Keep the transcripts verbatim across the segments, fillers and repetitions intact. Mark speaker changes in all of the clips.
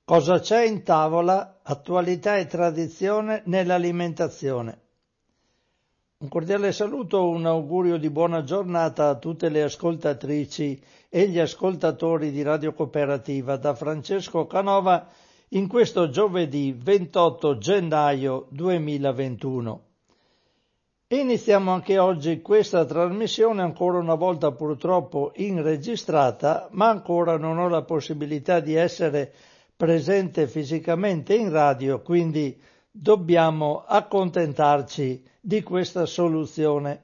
Speaker 1: Cosa c'è in tavola? Attualità e tradizione nell'alimentazione. Un cordiale saluto, un augurio di buona giornata a tutte le ascoltatrici e gli ascoltatori di Radio Cooperativa da Francesco Canova in questo giovedì ventotto gennaio duemilaventuno. Iniziamo anche oggi questa trasmissione, ancora una volta purtroppo inregistrata, ma ancora non ho la possibilità di essere presente fisicamente in radio, quindi dobbiamo accontentarci di questa soluzione.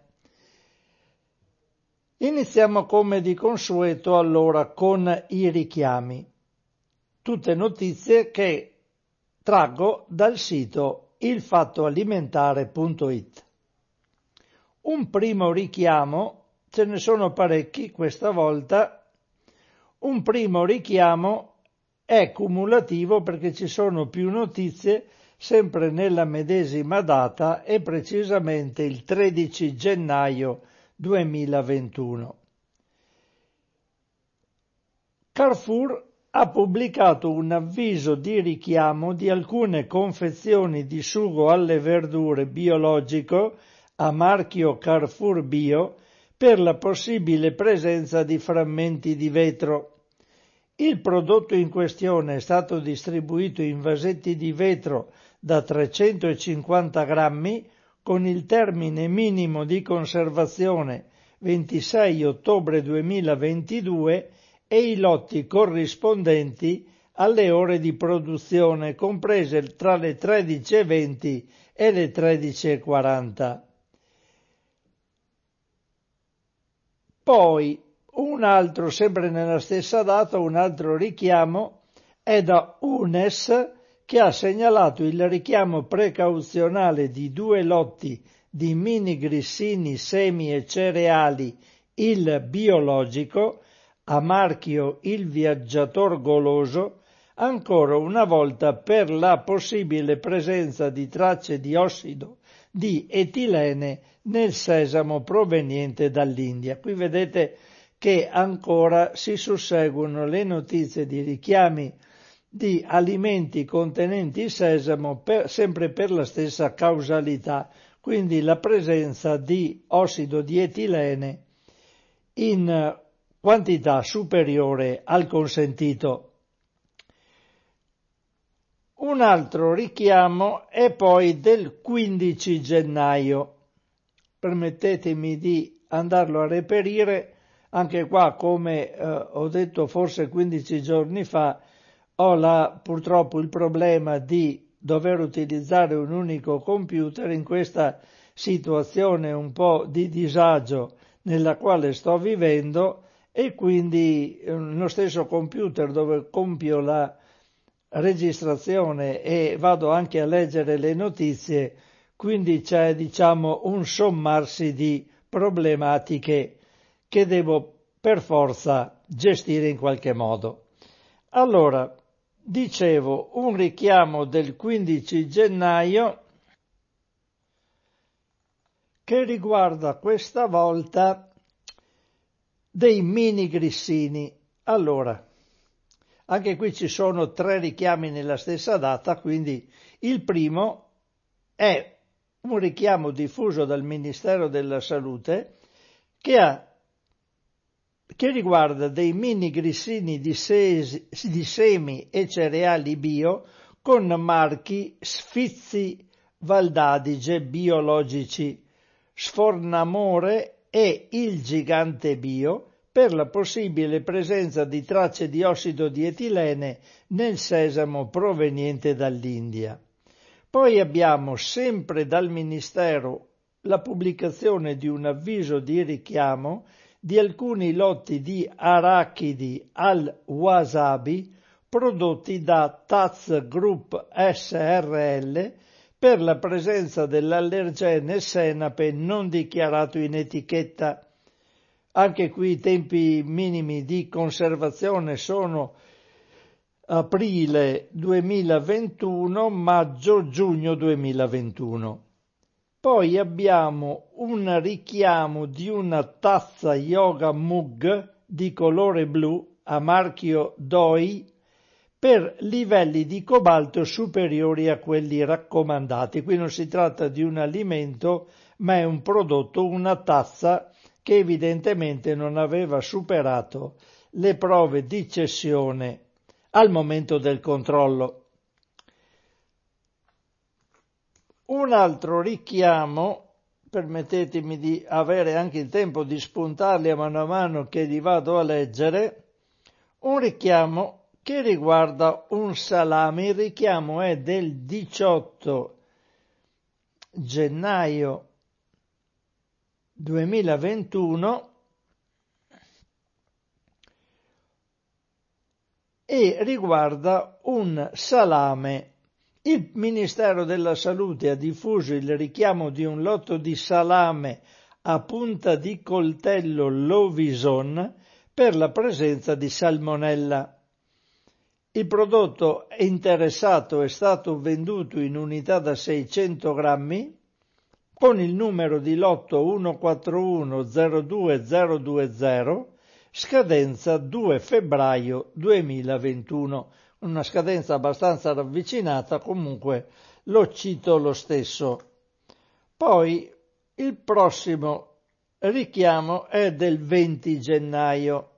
Speaker 1: Iniziamo come di consueto allora con i richiami. Tutte notizie che traggo dal sito il fatto alimentare punto it. Un primo richiamo, ce ne sono parecchi questa volta, un primo richiamo è cumulativo perché ci sono più notizie sempre nella medesima data e precisamente il tredici gennaio duemilaventuno. Carrefour ha pubblicato un avviso di richiamo di alcune confezioni di sugo alle verdure biologico a marchio Carrefour Bio per la possibile presenza di frammenti di vetro. Il prodotto in questione è stato distribuito in vasetti di vetro da trecentocinquanta grammi con il termine minimo di conservazione ventisei ottobre duemilaventidue e i lotti corrispondenti alle ore di produzione comprese tra le tredici e venti e le tredici e quaranta. Poi un altro, sempre nella stessa data, un altro richiamo è da UNES che ha segnalato il richiamo precauzionale di due lotti di mini grissini, semi e cereali il biologico a marchio Il Viaggiator Goloso, ancora una volta per la possibile presenza di tracce di ossido di etilene nel sesamo proveniente dall'India. Qui vedete che ancora si susseguono le notizie di richiami di alimenti contenenti sesamo per, sempre per la stessa causalità, quindi la presenza di ossido di etilene in quantità superiore al consentito. Un altro richiamo è poi del quindici gennaio. Permettetemi di andarlo a reperire. Anche qua, come eh, ho detto forse quindici giorni fa, ho la, purtroppo il problema di dover utilizzare un unico computer in questa situazione un po' di disagio nella quale sto vivendo, e quindi eh, lo stesso computer dove compio la registrazione e vado anche a leggere le notizie, quindi c'è, diciamo, un sommarsi di problematiche che devo per forza gestire in qualche modo. Allora, dicevo, un richiamo del quindici gennaio che riguarda questa volta dei mini grissini. Allora, anche qui ci sono tre richiami nella stessa data, quindi il primo è un richiamo diffuso dal Ministero della Salute che ha che riguarda dei mini grissini di, sesi, di semi e cereali bio con marchi Sfizi Valdadige biologici, Sfornamore e Il Gigante Bio per la possibile presenza di tracce di ossido di etilene nel sesamo proveniente dall'India. Poi abbiamo sempre dal Ministero la pubblicazione di un avviso di richiamo di alcuni lotti di arachidi al wasabi prodotti da Taz Group S R L per la presenza dell'allergene senape non dichiarato in etichetta. Anche qui i tempi minimi di conservazione sono aprile duemilaventuno, maggio-giugno duemilaventuno. Poi abbiamo un richiamo di una tazza Yoga Mug di colore blu a marchio Doi per livelli di cobalto superiori a quelli raccomandati. Qui non si tratta di un alimento, ma è un prodotto, una tazza che evidentemente non aveva superato le prove di cessione al momento del controllo. Un altro richiamo, permettetemi di avere anche il tempo di spuntarli a mano a mano che li vado a leggere, un richiamo che riguarda un salame. Il richiamo è del diciotto gennaio duemilaventuno e riguarda un salame. Il Ministero della Salute ha diffuso il richiamo di un lotto di salame a punta di coltello Lovison per la presenza di salmonella. Il prodotto interessato è stato venduto in unità da seicento grammi con il numero di lotto uno quattro uno zero due zero due zero, scadenza due febbraio duemilaventuno. Una scadenza abbastanza ravvicinata, comunque lo cito lo stesso. Poi il prossimo richiamo è del venti gennaio.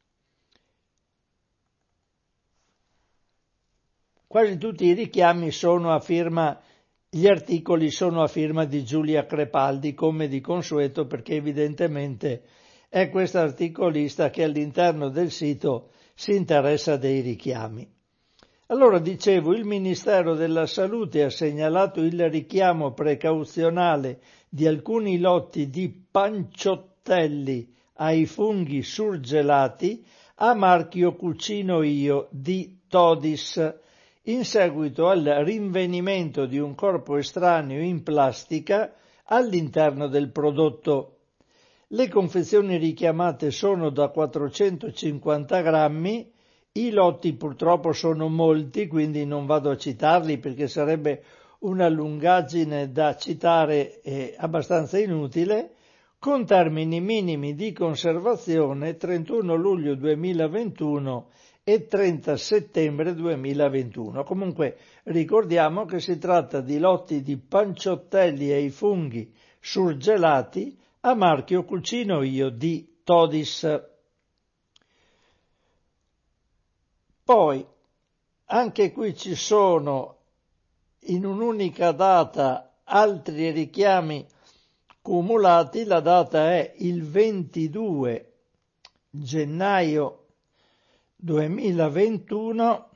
Speaker 1: Quasi tutti i richiami sono a firma, gli articoli sono a firma di Giulia Crepaldi, come di consueto, perché evidentemente è questa articolista che all'interno del sito si interessa dei richiami. Allora dicevo, il Ministero della Salute ha segnalato il richiamo precauzionale di alcuni lotti di panciottelli ai funghi surgelati a marchio Cucino Io di Todis, in seguito al rinvenimento di un corpo estraneo in plastica all'interno del prodotto. Le confezioni richiamate sono da quattrocentocinquanta grammi. I lotti purtroppo sono molti, quindi non vado a citarli perché sarebbe una lungaggine da citare e abbastanza inutile, con termini minimi di conservazione trentuno luglio duemilaventuno e trenta settembre duemilaventuno. Comunque ricordiamo che si tratta di lotti di panciottelli ai funghi surgelati a marchio Cucino Io di Todis. Poi, anche qui ci sono in un'unica data altri richiami cumulati. La data è il ventidue gennaio duemilaventuno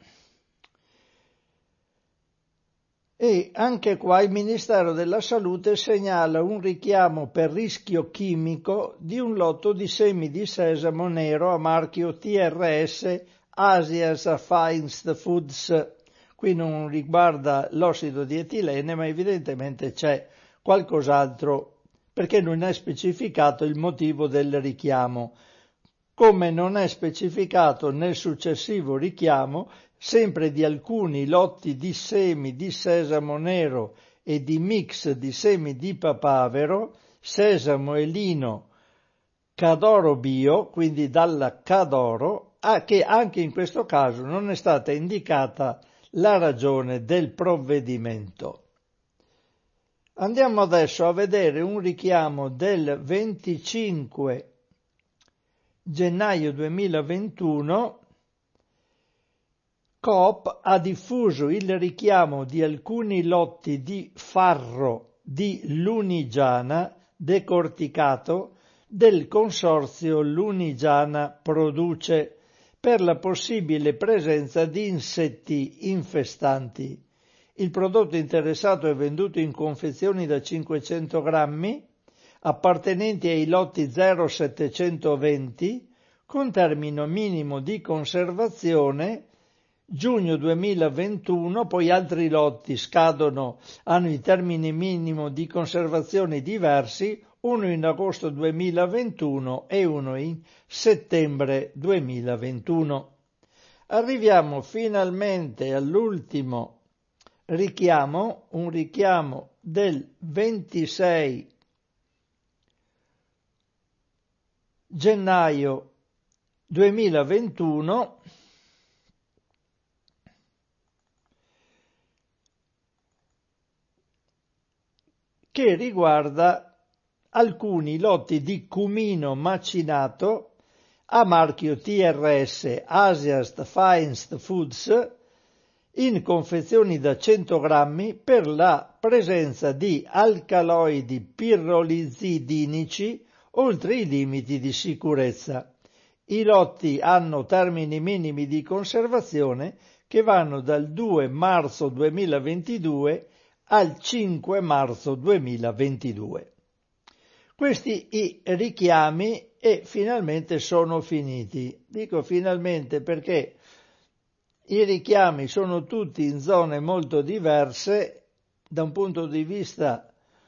Speaker 1: e anche qua il Ministero della Salute segnala un richiamo per rischio chimico di un lotto di semi di sesamo nero a marchio T R S Asia's Finest Foods. Qui non riguarda l'ossido di etilene, ma evidentemente c'è qualcos'altro, perché non è specificato il motivo del richiamo, come non è specificato nel successivo richiamo, sempre di alcuni lotti di semi di sesamo nero e di mix di semi di papavero, sesamo e lino Cadoro Bio, quindi dalla Cadoro, che anche in questo caso non è stata indicata la ragione del provvedimento. Andiamo adesso a vedere un richiamo del venticinque gennaio duemilaventuno. Coop ha diffuso il richiamo di alcuni lotti di farro di Lunigiana decorticato del consorzio Lunigiana Produce per la possibile presenza di insetti infestanti. Il prodotto interessato è venduto in confezioni da cinquecento grammi, appartenenti ai lotti zero settecentoventi, con termine minimo di conservazione giugno duemilaventuno, poi altri lotti scadono, hanno i termini minimo di conservazione diversi, uno in agosto duemilaventuno e uno in settembre duemilaventuno. Arriviamo finalmente all'ultimo richiamo, un richiamo del ventisei gennaio duemilaventuno, che riguarda alcuni lotti di cumino macinato a marchio T R S Asiast Finest Foods in confezioni da cento grammi per la presenza di alcaloidi pirrolizidinici oltre i limiti di sicurezza. I lotti hanno termini minimi di conservazione che vanno dal due marzo duemilaventidue al cinque marzo duemilaventidue. Questi i richiami e finalmente sono finiti. Dico finalmente perché i richiami sono tutti in zone molto diverse da un punto di vista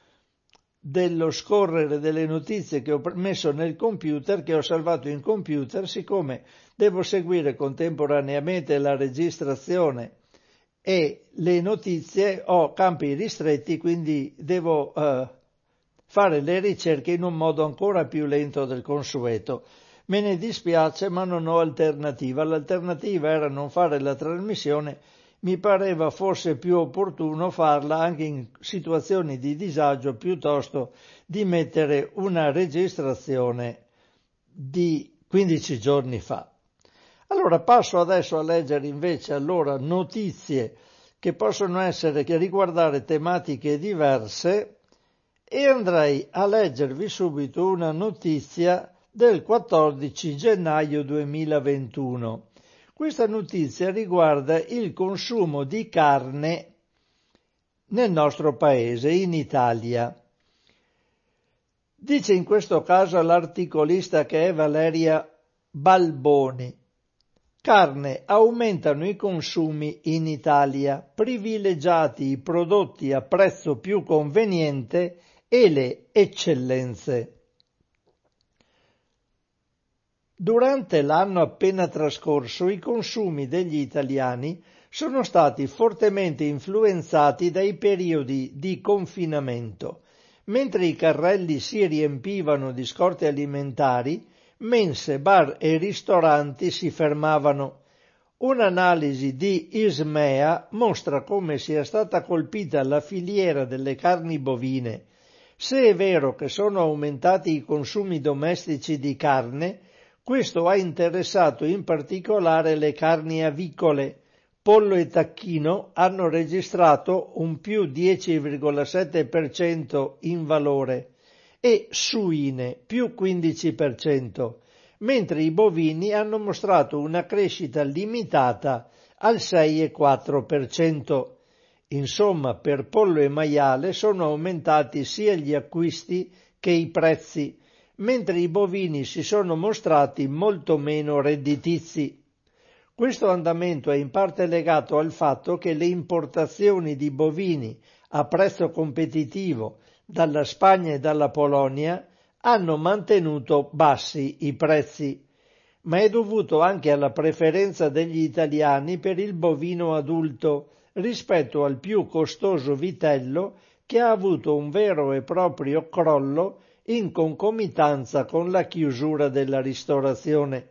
Speaker 1: dello scorrere delle notizie che ho messo nel computer, che ho salvato in computer, siccome devo seguire contemporaneamente la registrazione e le notizie, ho campi ristretti, quindi devo eh, fare le ricerche in un modo ancora più lento del consueto. Me ne dispiace, ma non ho alternativa. L'alternativa era non fare la trasmissione. Mi pareva fosse più opportuno farla anche in situazioni di disagio piuttosto di mettere una registrazione di quindici giorni fa. Allora passo adesso a leggere invece allora notizie che possono essere, che riguardare tematiche diverse, e andrei a leggervi subito una notizia del quattordici gennaio duemilaventuno. Questa notizia riguarda il consumo di carne nel nostro paese, in Italia. Dice in questo caso l'articolista, che è Valeria Balboni: carne, aumentano i consumi in Italia, privilegiati i prodotti a prezzo più conveniente e le eccellenze. Durante l'anno appena trascorso i consumi degli italiani sono stati fortemente influenzati dai periodi di confinamento. Mentre i carrelli si riempivano di scorte alimentari, mense, bar e ristoranti si fermavano. Un'analisi di Ismea mostra come sia stata colpita la filiera delle carni bovine. Se è vero che sono aumentati i consumi domestici di carne, questo ha interessato in particolare le carni avicole. Pollo e tacchino hanno registrato un più dieci virgola sette per cento in valore e suine più quindici per cento, mentre i bovini hanno mostrato una crescita limitata al sei virgola quattro per cento. Insomma, per pollo e maiale sono aumentati sia gli acquisti che i prezzi, mentre i bovini si sono mostrati molto meno redditizi. Questo andamento è in parte legato al fatto che le importazioni di bovini a prezzo competitivo dalla Spagna e dalla Polonia hanno mantenuto bassi i prezzi, ma è dovuto anche alla preferenza degli italiani per il bovino adulto rispetto al più costoso vitello, che ha avuto un vero e proprio crollo in concomitanza con la chiusura della ristorazione.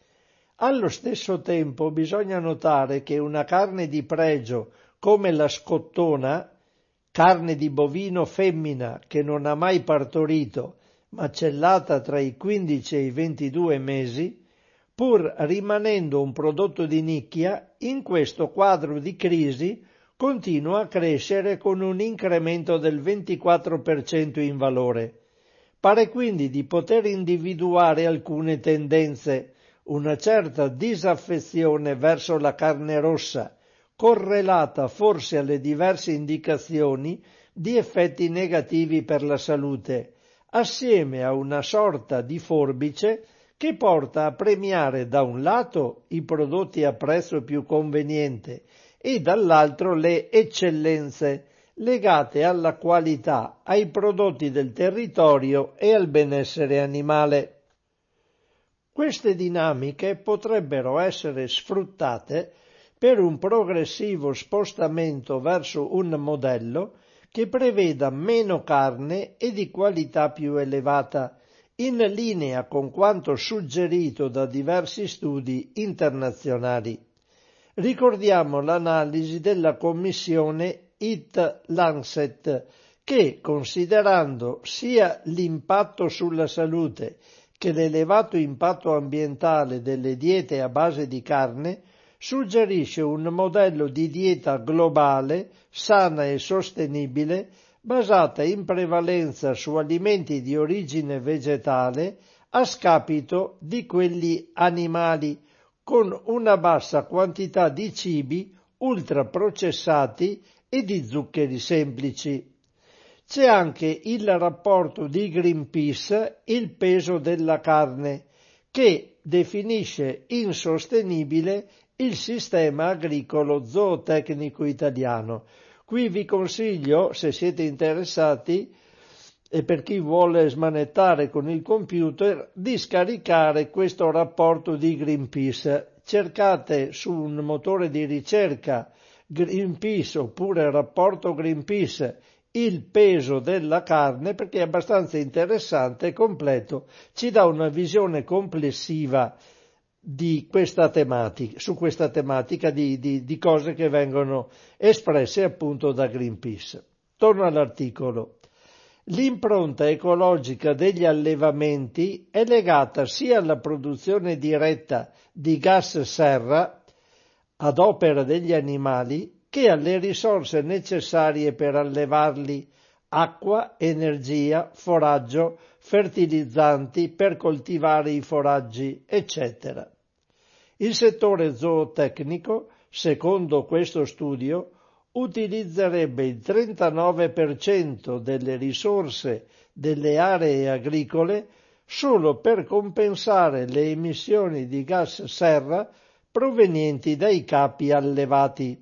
Speaker 1: Allo stesso tempo bisogna notare che una carne di pregio come la scottona, carne di bovino femmina che non ha mai partorito, macellata tra i quindici e i ventidue mesi, pur rimanendo un prodotto di nicchia, in questo quadro di crisi continua a crescere con un incremento del ventiquattro per cento in valore. Pare quindi di poter individuare alcune tendenze: una certa disaffezione verso la carne rossa, correlata forse alle diverse indicazioni di effetti negativi per la salute, assieme a una sorta di forbice che porta a premiare da un lato i prodotti a prezzo più conveniente e dall'altro le eccellenze legate alla qualità, ai prodotti del territorio e al benessere animale. Queste dinamiche potrebbero essere sfruttate per un progressivo spostamento verso un modello che preveda meno carne e di qualità più elevata, in linea con quanto suggerito da diversi studi internazionali. Ricordiamo l'analisi della commissione Eat Lancet, che, considerando sia l'impatto sulla salute che l'elevato impatto ambientale delle diete a base di carne, suggerisce un modello di dieta globale, sana e sostenibile, basata in prevalenza su alimenti di origine vegetale a scapito di quelli animali, con una bassa quantità di cibi ultraprocessati e di zuccheri semplici. C'è anche il rapporto di Greenpeace, il peso della carne, che definisce insostenibile il sistema agricolo zootecnico italiano. Qui vi consiglio, se siete interessati, e per chi vuole smanettare con il computer, di scaricare questo rapporto di Greenpeace. Cercate su un motore di ricerca Greenpeace oppure rapporto Greenpeace il peso della carne, perché è abbastanza interessante e completo, ci dà una visione complessiva di questa tematica, su questa tematica di, di, di cose che vengono espresse appunto da Greenpeace. Torno all'articolo. L'impronta ecologica degli allevamenti è legata sia alla produzione diretta di gas serra ad opera degli animali che alle risorse necessarie per allevarli: acqua, energia, foraggio, fertilizzanti per coltivare i foraggi, eccetera. Il settore zootecnico, secondo questo studio, utilizzerebbe il trentanove per cento delle risorse delle aree agricole solo per compensare le emissioni di gas serra provenienti dai capi allevati.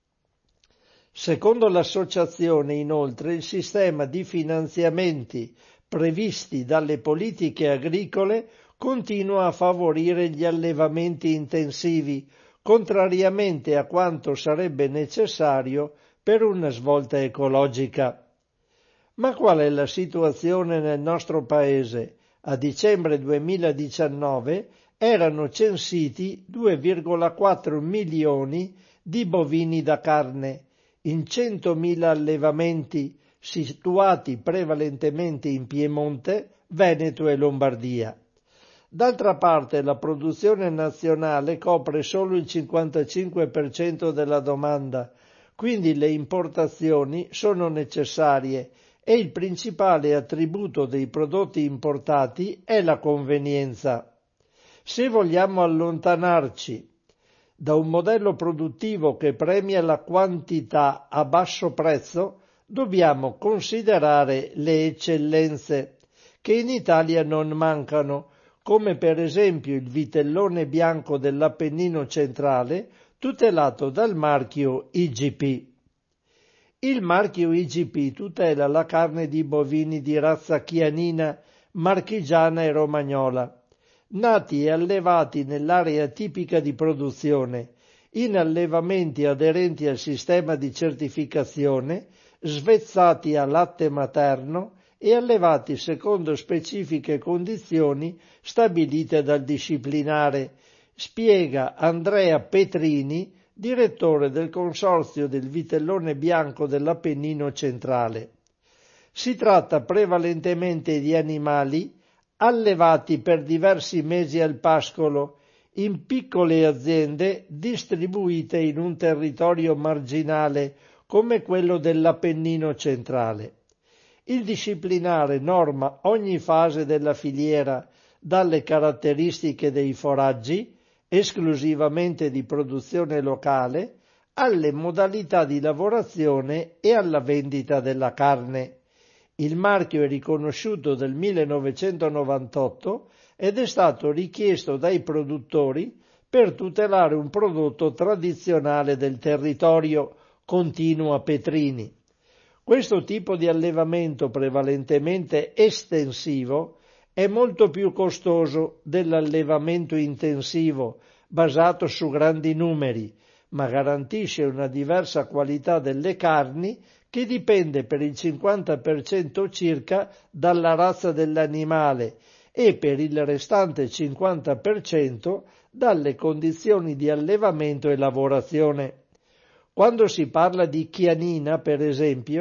Speaker 1: Secondo l'associazione, inoltre, il sistema di finanziamenti previsti dalle politiche agricole continua a favorire gli allevamenti intensivi, contrariamente a quanto sarebbe necessario per una svolta ecologica. Ma qual è la situazione nel nostro Paese? A dicembre duemiladiciannove erano censiti due virgola quattro milioni di bovini da carne in centomila allevamenti situati prevalentemente in Piemonte, Veneto e Lombardia. D'altra parte la produzione nazionale copre solo il cinquantacinque per cento della domanda, quindi le importazioni sono necessarie e il principale attributo dei prodotti importati è la convenienza. Se vogliamo allontanarci da un modello produttivo che premia la quantità a basso prezzo, dobbiamo considerare le eccellenze, che in Italia non mancano, come per esempio il vitellone bianco dell'Appennino centrale, tutelato dal marchio I G P. Il marchio I G P tutela la carne di bovini di razza chianina, marchigiana e romagnola, nati e allevati nell'area tipica di produzione, in allevamenti aderenti al sistema di certificazione, svezzati a latte materno e allevati secondo specifiche condizioni stabilite dal disciplinare, spiega Andrea Petrini, direttore del Consorzio del Vitellone Bianco dell'Appennino centrale. Si tratta prevalentemente di animali allevati per diversi mesi al pascolo in piccole aziende distribuite in un territorio marginale come quello dell'Appennino centrale. Il disciplinare norma ogni fase della filiera, dalle caratteristiche dei foraggi, esclusivamente di produzione locale, alle modalità di lavorazione e alla vendita della carne. Il marchio è riconosciuto dal millenovecentonovantotto ed è stato richiesto dai produttori per tutelare un prodotto tradizionale del territorio, continua Petrini. Questo tipo di allevamento prevalentemente estensivo è molto più costoso dell'allevamento intensivo basato su grandi numeri, ma garantisce una diversa qualità delle carni che dipende per il cinquanta per cento circa dalla razza dell'animale e per il restante cinquanta per cento dalle condizioni di allevamento e lavorazione. Quando si parla di chianina, per esempio,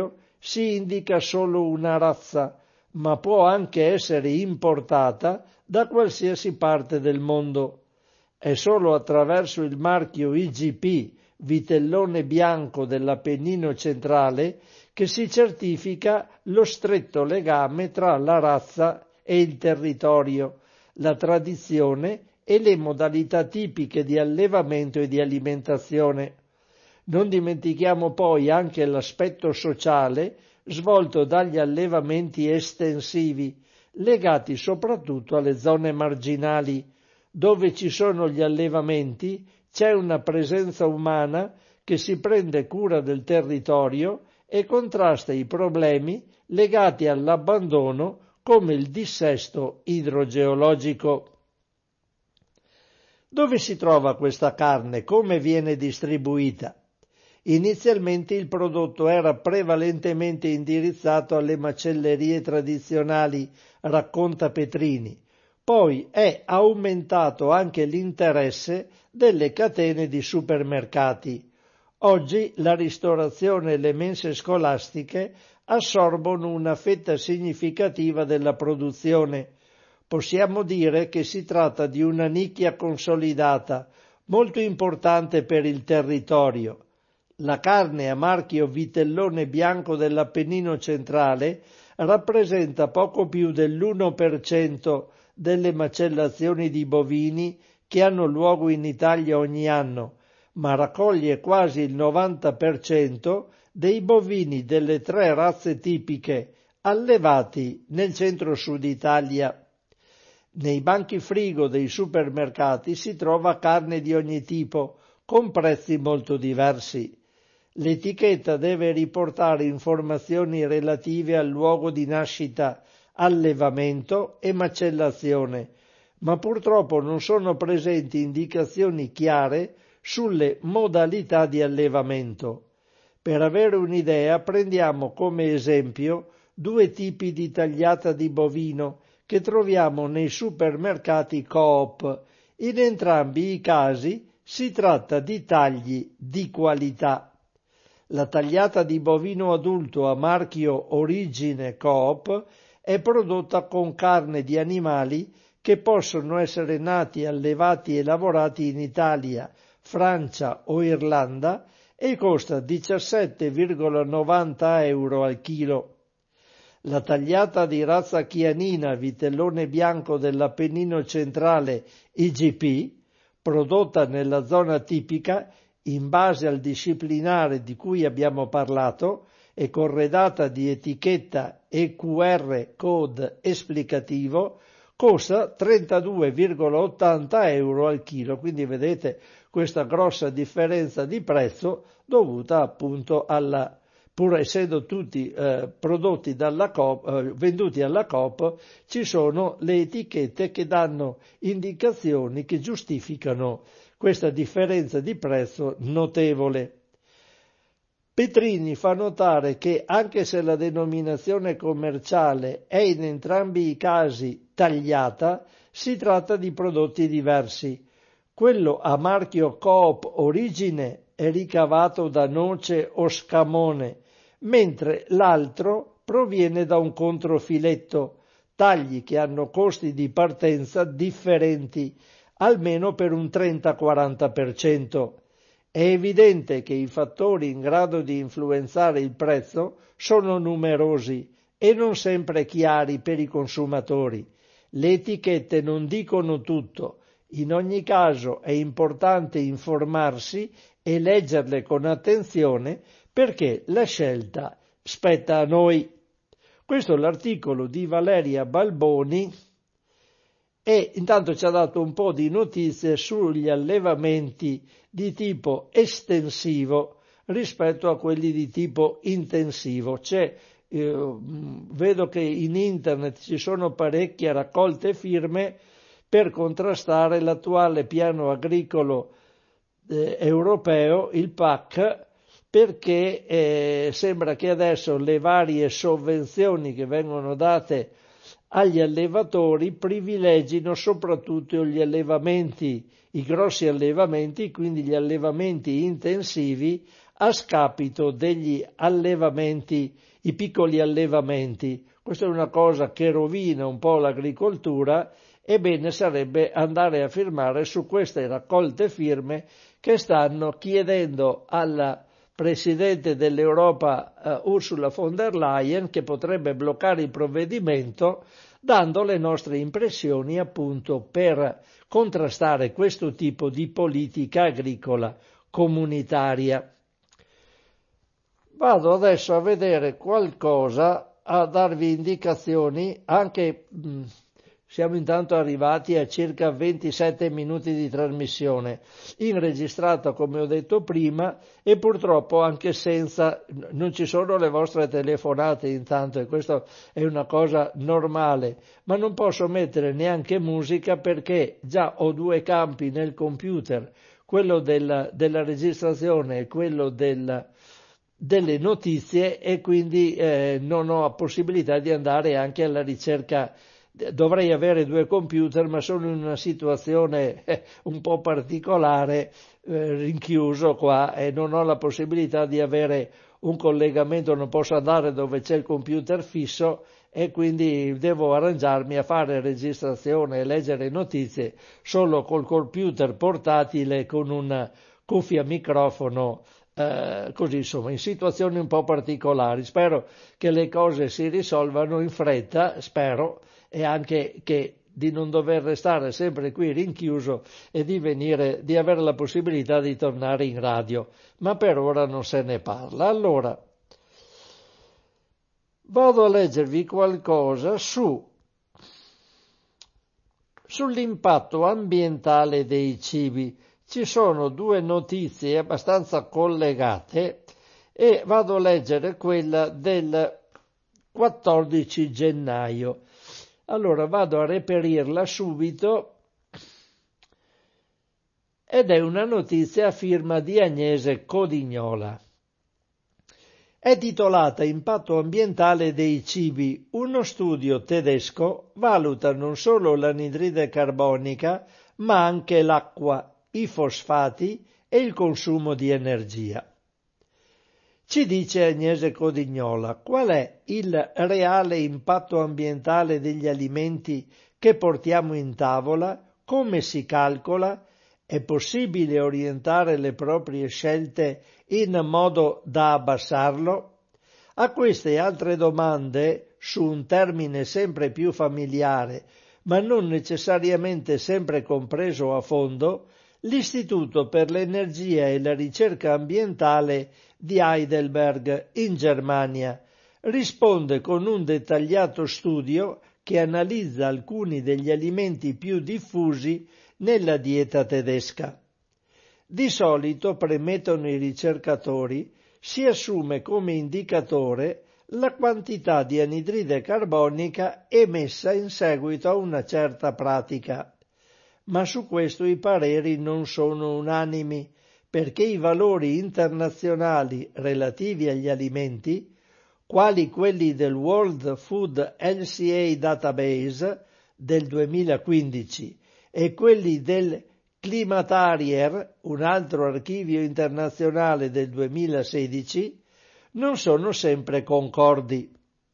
Speaker 1: si indica solo una razza, ma può anche essere importata da qualsiasi parte del mondo. È solo attraverso il marchio I G P, vitellone bianco dell'Appennino centrale, che si certifica lo stretto legame tra la razza e il territorio, la tradizione e le modalità tipiche di allevamento e di alimentazione. Non dimentichiamo poi anche l'aspetto sociale svolto dagli allevamenti estensivi, legati soprattutto alle zone marginali. Dove ci sono gli allevamenti c'è una presenza umana che si prende cura del territorio e contrasta i problemi legati all'abbandono come il dissesto idrogeologico. Dove si trova questa carne? Come viene distribuita? Inizialmente il prodotto era prevalentemente indirizzato alle macellerie tradizionali, racconta Petrini. Poi è aumentato anche l'interesse delle catene di supermercati. Oggi la ristorazione e le mense scolastiche assorbono una fetta significativa della produzione. Possiamo dire che si tratta di una nicchia consolidata, molto importante per il territorio. La carne a marchio vitellone bianco dell'Appennino centrale rappresenta poco più dell'uno per cento delle macellazioni di bovini che hanno luogo in Italia ogni anno, ma raccoglie quasi il novanta per cento dei bovini delle tre razze tipiche allevati nel centro-sud Italia. Nei banchi frigo dei supermercati si trova carne di ogni tipo, con prezzi molto diversi. L'etichetta deve riportare informazioni relative al luogo di nascita, allevamento e macellazione, ma purtroppo non sono presenti indicazioni chiare sulle modalità di allevamento. Per avere un'idea prendiamo come esempio due tipi di tagliata di bovino che troviamo nei supermercati Coop. In entrambi i casi si tratta di tagli di qualità. La tagliata di bovino adulto a marchio Origine Coop è prodotta con carne di animali che possono essere nati, allevati e lavorati in Italia, Francia o Irlanda e costa diciassette virgola novanta euro al chilo. La tagliata di razza chianina vitellone bianco dell'Appennino centrale I G P, prodotta nella zona tipica in base al disciplinare di cui abbiamo parlato e corredata di etichetta e Q R code esplicativo, costa trentadue virgola ottanta euro al chilo, quindi vedete questa grossa differenza di prezzo dovuta appunto alla, pur essendo tutti eh, prodotti dalla Coop, eh, venduti alla Coop, ci sono le etichette che danno indicazioni che giustificano questa differenza di prezzo notevole. Petrini fa notare che anche se la denominazione commerciale è in entrambi i casi tagliata, si tratta di prodotti diversi. Quello a marchio Coop Origine è ricavato da noce o scamone, mentre l'altro proviene da un controfiletto, tagli che hanno costi di partenza differenti, almeno per un trenta quaranta per cento. È evidente che i fattori in grado di influenzare il prezzo sono numerosi e non sempre chiari per i consumatori. Le etichette non dicono tutto. In ogni caso è importante informarsi e leggerle con attenzione perché la scelta spetta a noi. Questo è l'articolo di Valeria Balboni e intanto ci ha dato un po' di notizie sugli allevamenti di tipo estensivo rispetto a quelli di tipo intensivo. C'è, eh, vedo che in internet ci sono parecchie raccolte firme per contrastare l'attuale piano agricolo eh, europeo, il P A C, perché eh, sembra che adesso le varie sovvenzioni che vengono date agli allevatori privilegino soprattutto gli allevamenti i grossi allevamenti, quindi gli allevamenti intensivi, a scapito degli allevamenti, i piccoli allevamenti. Questa è una cosa che rovina un po' l'agricoltura, e bene sarebbe andare a firmare su queste raccolte firme che stanno chiedendo alla Presidente dell'Europa uh, Ursula von der Leyen, che potrebbe bloccare il provvedimento, dando le nostre impressioni appunto per contrastare questo tipo di politica agricola comunitaria. Vado adesso a vedere qualcosa, a darvi indicazioni, anche mh, siamo intanto arrivati a circa ventisette minuti di trasmissione, inregistrata come ho detto prima, e purtroppo anche senza, non ci sono le vostre telefonate intanto, e questo è una cosa normale, ma non posso mettere neanche musica perché già ho due campi nel computer, quello della, della registrazione e quello del, delle notizie, e quindi eh, non ho possibilità di andare anche alla ricerca. Dovrei avere due computer, ma sono in una situazione eh, un po' particolare, eh, rinchiuso qua, e non ho la possibilità di avere un collegamento, non posso andare dove c'è il computer fisso, e quindi devo arrangiarmi a fare registrazione e leggere notizie solo col computer portatile con una cuffia microfono, eh, così insomma, in situazioni un po' particolari. Spero che le cose si risolvano in fretta, spero, e anche che di non dover restare sempre qui rinchiuso e di venire, di avere la possibilità di tornare in radio, ma per ora non se ne parla. Allora, vado a leggervi qualcosa su sull'impatto ambientale dei cibi. Ci sono due notizie abbastanza collegate e vado a leggere quella del quattordici gennaio. Allora vado a reperirla subito, ed è una notizia a firma di Agnese Codignola. È titolata Impatto ambientale dei cibi. Uno studio tedesco valuta non solo l'anidride carbonica, ma anche l'acqua, i fosfati e il consumo di energia. Ci dice Agnese Codignola qual è il reale impatto ambientale degli alimenti che portiamo in tavola, come si calcola, è possibile orientare le proprie scelte in modo da abbassarlo? A queste e altre domande, su un termine sempre più familiare, ma non necessariamente sempre compreso a fondo, l'Istituto per l'Energia e la Ricerca Ambientale di Heidelberg, in Germania, risponde con un dettagliato studio che analizza alcuni degli alimenti più diffusi nella dieta tedesca. Di solito, premettono i ricercatori, si assume come indicatore la quantità di anidride carbonica emessa in seguito a una certa pratica. Ma su questo i pareri non sono unanimi, perché i valori internazionali relativi agli alimenti, quali quelli del World Food L C A Database del duemilaquindici e quelli del Klimatarier, un altro archivio internazionale del duemilasedici, non sono sempre concordi.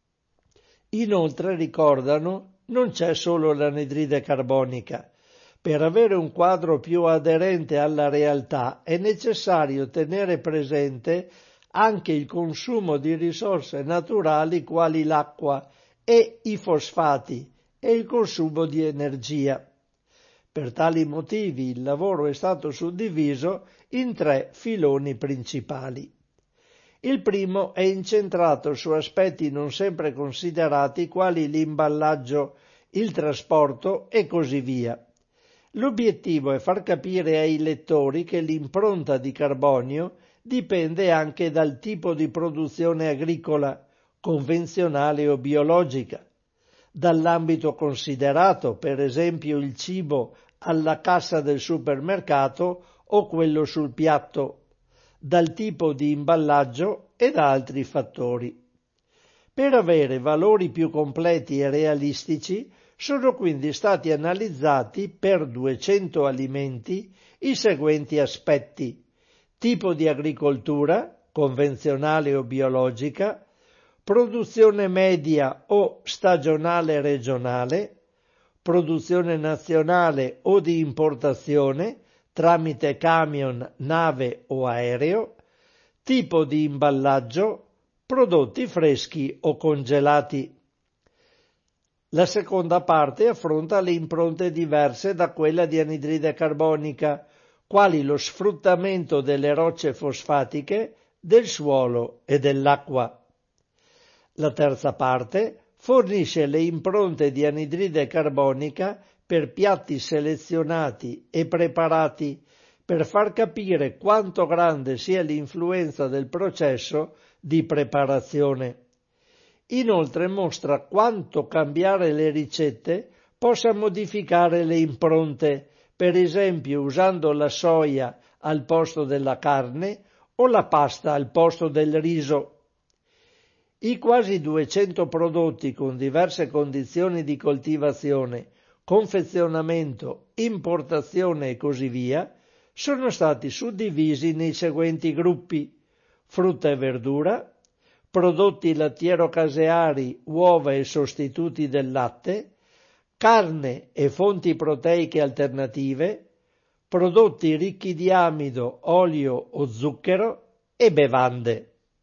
Speaker 1: Inoltre, ricordano, non c'è solo l'anidride carbonica. Per avere un quadro più aderente alla realtà è necessario tenere presente anche il consumo di risorse naturali quali l'acqua e i fosfati e il consumo di energia. Per tali motivi il lavoro è stato suddiviso in tre filoni principali. Il primo è incentrato su aspetti non sempre considerati quali l'imballaggio, il trasporto e così via. L'obiettivo è far capire ai lettori che l'impronta di carbonio dipende anche dal tipo di produzione agricola, convenzionale o biologica, dall'ambito considerato, per esempio il cibo alla cassa del supermercato o quello sul piatto, dal tipo di imballaggio e da altri fattori. Per avere valori più completi e realistici Sono quindi stati analizzati per duecento alimenti i seguenti aspetti: tipo di agricoltura, convenzionale o biologica, produzione media o stagionale regionale, produzione nazionale o di importazione tramite camion, nave o aereo, tipo di imballaggio, prodotti freschi o congelati. La seconda parte affronta le impronte diverse da quella di anidride carbonica, quali lo sfruttamento delle rocce fosfatiche, del suolo e dell'acqua. La terza parte fornisce le impronte di anidride carbonica per piatti selezionati e preparati, per far capire quanto grande sia l'influenza del processo di preparazione. Inoltre mostra quanto cambiare le ricette possa modificare le impronte, per esempio usando la soia al posto della carne o la pasta al posto del riso. I quasi duecento prodotti con diverse condizioni di coltivazione, confezionamento, importazione e così via, sono stati suddivisi nei seguenti gruppi: frutta e verdura, prodotti lattiero-caseari, uova e sostituti del latte, carne e fonti proteiche alternative, prodotti ricchi di amido, olio o zucchero e bevande.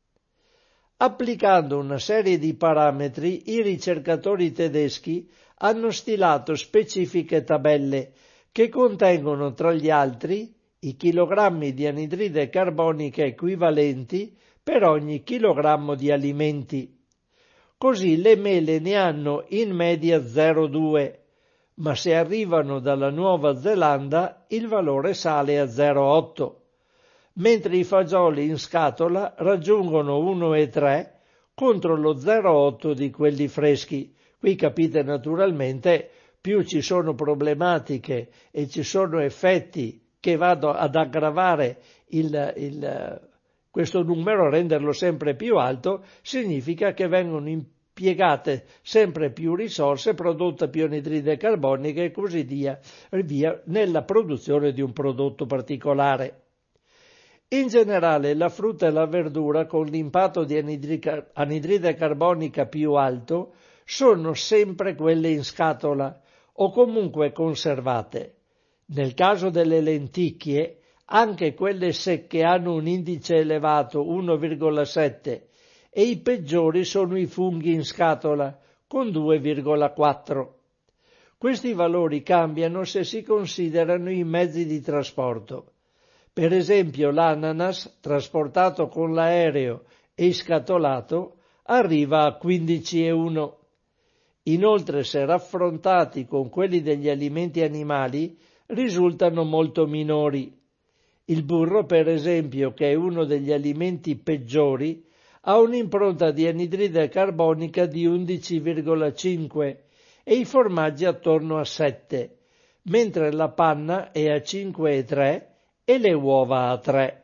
Speaker 1: Applicando una serie di parametri, i ricercatori tedeschi hanno stilato specifiche tabelle che contengono, tra gli altri, i chilogrammi di anidride carbonica equivalenti per ogni chilogrammo di alimenti. Così le mele ne hanno in media zero virgola due, ma se arrivano dalla Nuova Zelanda il valore sale a zero virgola otto, mentre i fagioli in scatola raggiungono uno virgola tre contro lo zero virgola otto di quelli freschi. Qui capite naturalmente, più ci sono problematiche e ci sono effetti che vanno ad aggravare il, il, questo numero, renderlo sempre più alto, significa che vengono impiegate sempre più risorse, prodotta più anidride carbonica e così via, via nella produzione di un prodotto particolare. In generale la frutta e la verdura con l'impatto di anidride carbonica più alto sono sempre quelle in scatola o comunque conservate. Nel caso delle lenticchie, anche quelle secche hanno un indice elevato, uno virgola sette, e i peggiori sono i funghi in scatola, con due virgola quattro. Questi valori cambiano se si considerano i mezzi di trasporto. Per esempio l'ananas, trasportato con l'aereo e scatolato, arriva a quindici virgola uno. Inoltre, se raffrontati con quelli degli alimenti animali, risultano molto minori. Il burro, per esempio, che è uno degli alimenti peggiori, ha un'impronta di anidride carbonica di undici virgola cinque e i formaggi attorno a sette, mentre la panna è a cinque virgola tre e le uova a tre.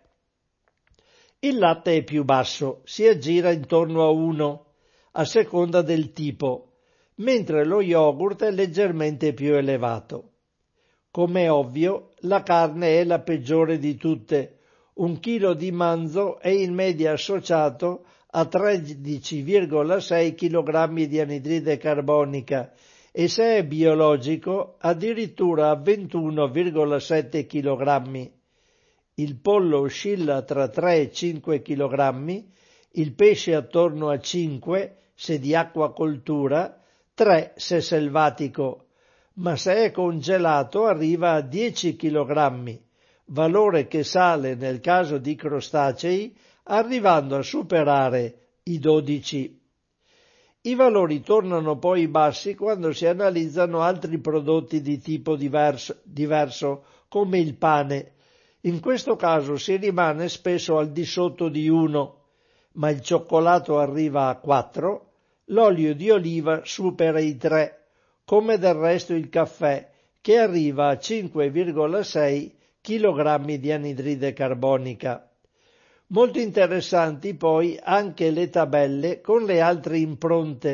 Speaker 1: Il latte è più basso, si aggira intorno a uno, a seconda del tipo, mentre lo yogurt è leggermente più elevato. Come è ovvio, la carne è la peggiore di tutte. Un chilo di manzo è in media associato a tredici virgola sei chilogrammi di anidride carbonica e se è biologico addirittura a ventuno virgola sette chilogrammi. Il pollo oscilla tra tre e cinque chilogrammi, il pesce attorno a cinque se di acquacoltura, tre se selvatico, ma se è congelato arriva a dieci chilogrammi, valore che sale nel caso di crostacei arrivando a superare i dodici. I valori tornano poi bassi quando si analizzano altri prodotti di tipo diverso, diverso come il pane. In questo caso si rimane spesso al di sotto di uno, ma il cioccolato arriva a quattro, l'olio di oliva supera i tre, come del resto il caffè, che arriva a cinque virgola sei chilogrammi di anidride carbonica. Molto interessanti poi anche le tabelle con le altre impronte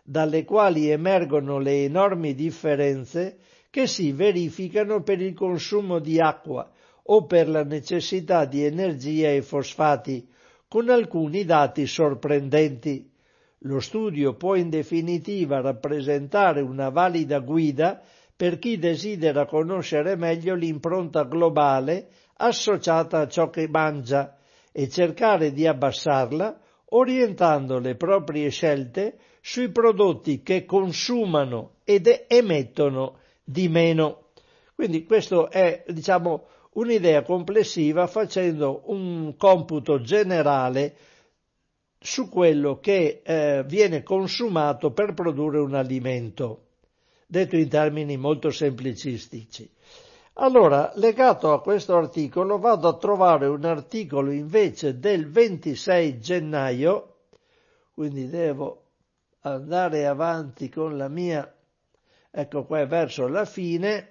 Speaker 1: dalle quali emergono le enormi differenze che si verificano per il consumo di acqua o per la necessità di energia e fosfati, con alcuni dati sorprendenti. Lo studio può in definitiva rappresentare una valida guida per chi desidera conoscere meglio l'impronta globale associata a ciò che mangia e cercare di abbassarla, orientando le proprie scelte sui prodotti che consumano ed emettono di meno. Quindi questo è, diciamo, un'idea complessiva facendo un computo generale su quello che eh, viene consumato per produrre un alimento, detto in termini molto semplicistici. Allora, legato a questo articolo, vado a trovare un articolo invece del ventisei gennaio, quindi devo andare avanti con la mia, ecco qua verso la fine,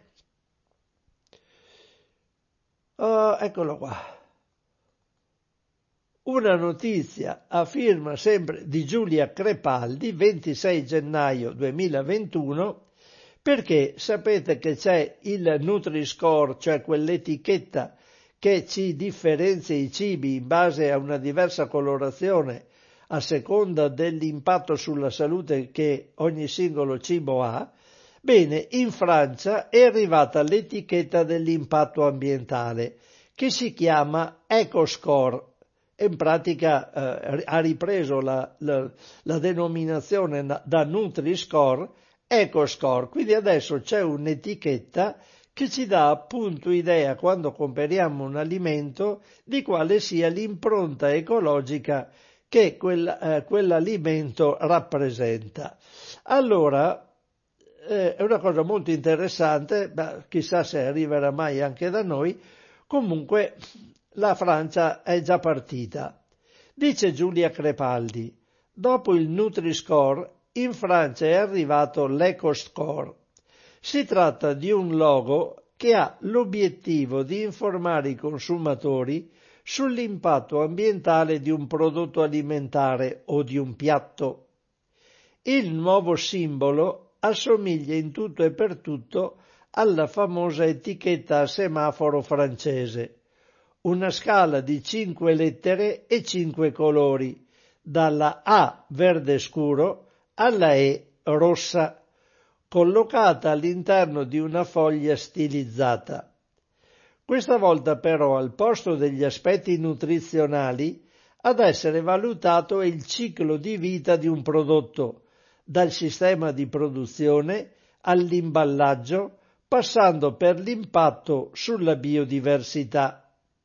Speaker 1: oh, eccolo qua. Una notizia a firma sempre di Giulia Crepaldi, ventisei gennaio duemilaventuno, perché sapete che c'è il Nutri-Score, cioè quell'etichetta che ci differenzia i cibi in base a una diversa colorazione a seconda dell'impatto sulla salute che ogni singolo cibo ha. Bene, in Francia è arrivata l'etichetta dell'impatto ambientale che si chiama EcoScore. In pratica eh, ha ripreso la, la, la denominazione da Nutri-Score, EcoScore, quindi adesso c'è un'etichetta che ci dà appunto idea, quando comperiamo un alimento, di quale sia l'impronta ecologica che quel, eh, quell'alimento rappresenta. Allora, eh, è una cosa molto interessante, ma chissà se arriverà mai anche da noi. Comunque la Francia è già partita. Dice Giulia Crepaldi, dopo il Nutri-Score in Francia è arrivato l'EcoScore. Si tratta di un logo che ha l'obiettivo di informare i consumatori sull'impatto ambientale di un prodotto alimentare o di un piatto. Il nuovo simbolo assomiglia in tutto e per tutto alla famosa etichetta a semaforo francese, una scala di cinque lettere e cinque colori, dalla A verde scuro alla E rossa, collocata all'interno di una foglia stilizzata. Questa volta però al posto degli aspetti nutrizionali ad essere valutato è il ciclo di vita di un prodotto, dal sistema di produzione all'imballaggio, passando per l'impatto sulla biodiversità.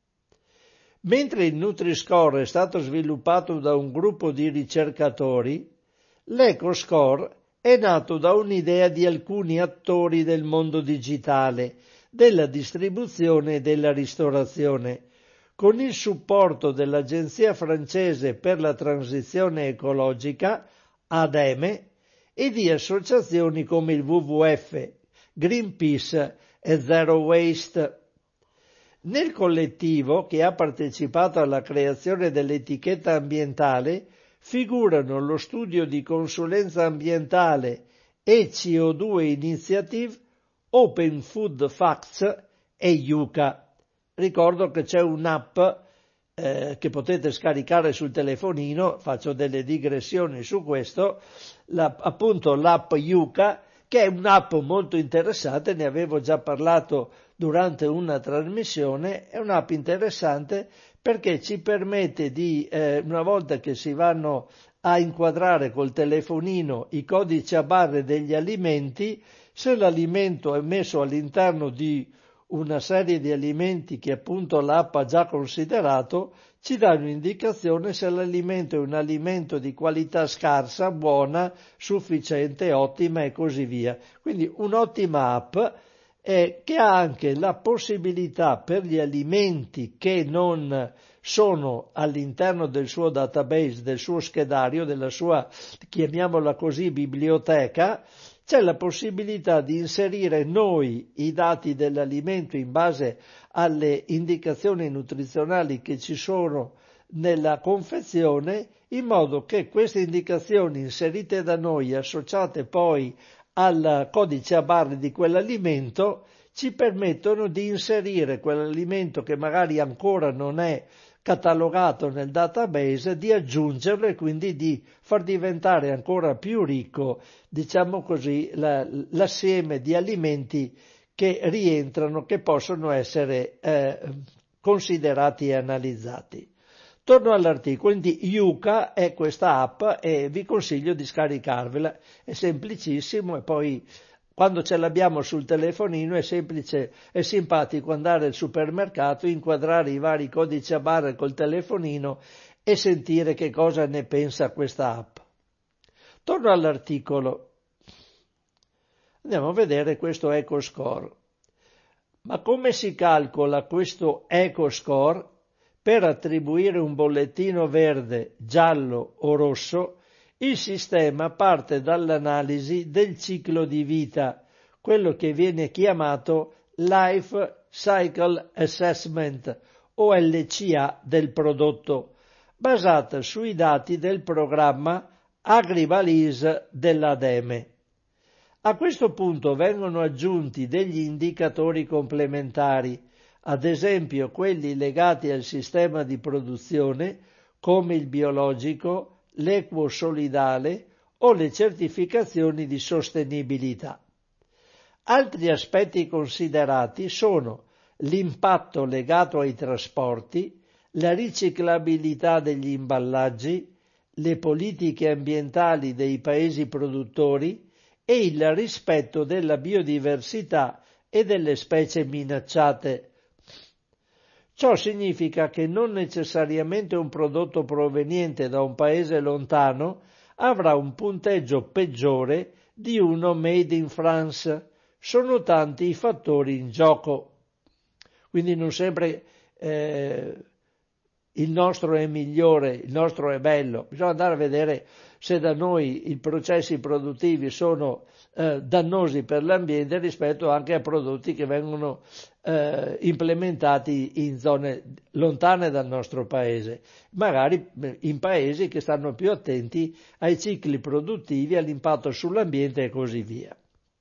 Speaker 1: Mentre il Nutri-Score è stato sviluppato da un gruppo di ricercatori, l'EcoScore è nato da un'idea di alcuni attori del mondo digitale, della distribuzione e della ristorazione, con il supporto dell'Agenzia francese per la transizione ecologica, ADEME, e di associazioni come il W W F, Greenpeace e Zero Waste. Nel collettivo che ha partecipato alla creazione dell'etichetta ambientale figurano lo studio di consulenza ambientale e C O due Initiative, Open Food Facts e Yuka. Ricordo che c'è un'app eh, che potete scaricare sul telefonino, faccio delle digressioni su questo, la, appunto l'app Yuka, che è un'app molto interessante, ne avevo già parlato durante una trasmissione. È un'app interessante perché ci permette di, eh, una volta che si vanno a inquadrare col telefonino i codici a barre degli alimenti, se l'alimento è messo all'interno di una serie di alimenti che appunto l'app ha già considerato, ci dà un'indicazione se l'alimento è un alimento di qualità scarsa, buona, sufficiente, ottima e così via. Quindi un'ottima app eh, che ha anche la possibilità per gli alimenti che non sono all'interno del suo database, del suo schedario, della sua, chiamiamola così, biblioteca, c'è la possibilità di inserire noi i dati dell'alimento in base alle indicazioni nutrizionali che ci sono nella confezione, in modo che queste indicazioni inserite da noi, associate poi al codice a barre di quell'alimento, ci permettono di inserire quell'alimento che magari ancora non è catalogato nel database, di aggiungerlo e quindi di far diventare ancora più ricco, diciamo così, la, l'assieme di alimenti che rientrano, che possono essere eh, considerati e analizzati. Torno all'articolo, quindi Yuka è questa app e vi consiglio di scaricarvela, è semplicissimo e poi quando ce l'abbiamo sul telefonino è semplice e simpatico andare al supermercato, inquadrare i vari codici a barre col telefonino e sentire che cosa ne pensa questa app. Torno all'articolo. Andiamo a vedere questo EcoScore. Ma come si calcola questo EcoScore? Per attribuire un bollettino verde, giallo o rosso, il sistema parte dall'analisi del ciclo di vita, quello che viene chiamato Life Cycle Assessment o L C A del prodotto, basata sui dati del programma AgriValise dell'Ademe. A questo punto vengono aggiunti degli indicatori complementari, ad esempio quelli legati al sistema di produzione, come il biologico, l'equo solidale o le certificazioni di sostenibilità. Altri aspetti considerati sono l'impatto legato ai trasporti, la riciclabilità degli imballaggi, le politiche ambientali dei paesi produttori e il rispetto della biodiversità e delle specie minacciate. Ciò significa che non necessariamente un prodotto proveniente da un paese lontano avrà un punteggio peggiore di uno made in France. Sono tanti i fattori in gioco. Quindi non sempre eh, il nostro è migliore, il nostro è bello. Bisogna andare a vedere se da noi i processi produttivi sono eh, dannosi per l'ambiente rispetto anche a prodotti che vengono eh, implementati in zone lontane dal nostro paese, magari in paesi che stanno più attenti ai cicli produttivi, all'impatto sull'ambiente e così via.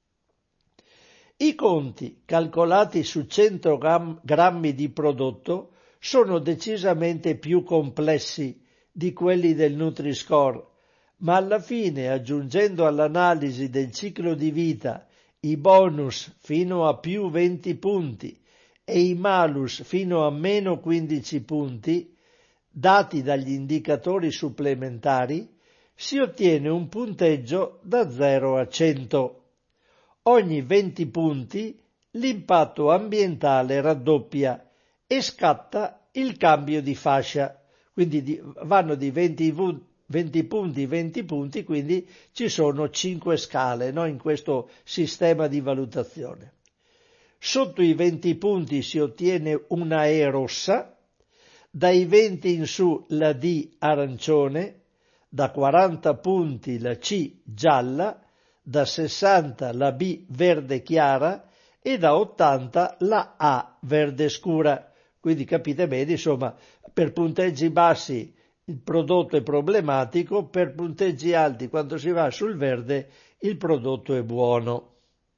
Speaker 1: I conti calcolati su cento grammi di prodotto sono decisamente più complessi di quelli del Nutri-Score, ma alla fine, aggiungendo all'analisi del ciclo di vita i bonus fino a più venti punti e i malus fino a meno quindici punti, dati dagli indicatori supplementari, si ottiene un punteggio da zero a cento. Ogni venti punti l'impatto ambientale raddoppia e scatta il cambio di fascia, quindi di, vanno di venti, venti punti, venti punti, quindi ci sono cinque scale, no, in questo sistema di valutazione. Sotto i venti punti si ottiene una E rossa, dai venti in su la D arancione, da quaranta punti la C gialla, da sessanta la B verde chiara e da ottanta la A verde scura. Quindi capite bene, insomma, per punteggi bassi il prodotto è problematico, per punteggi alti, quando si va sul verde, il prodotto è buono.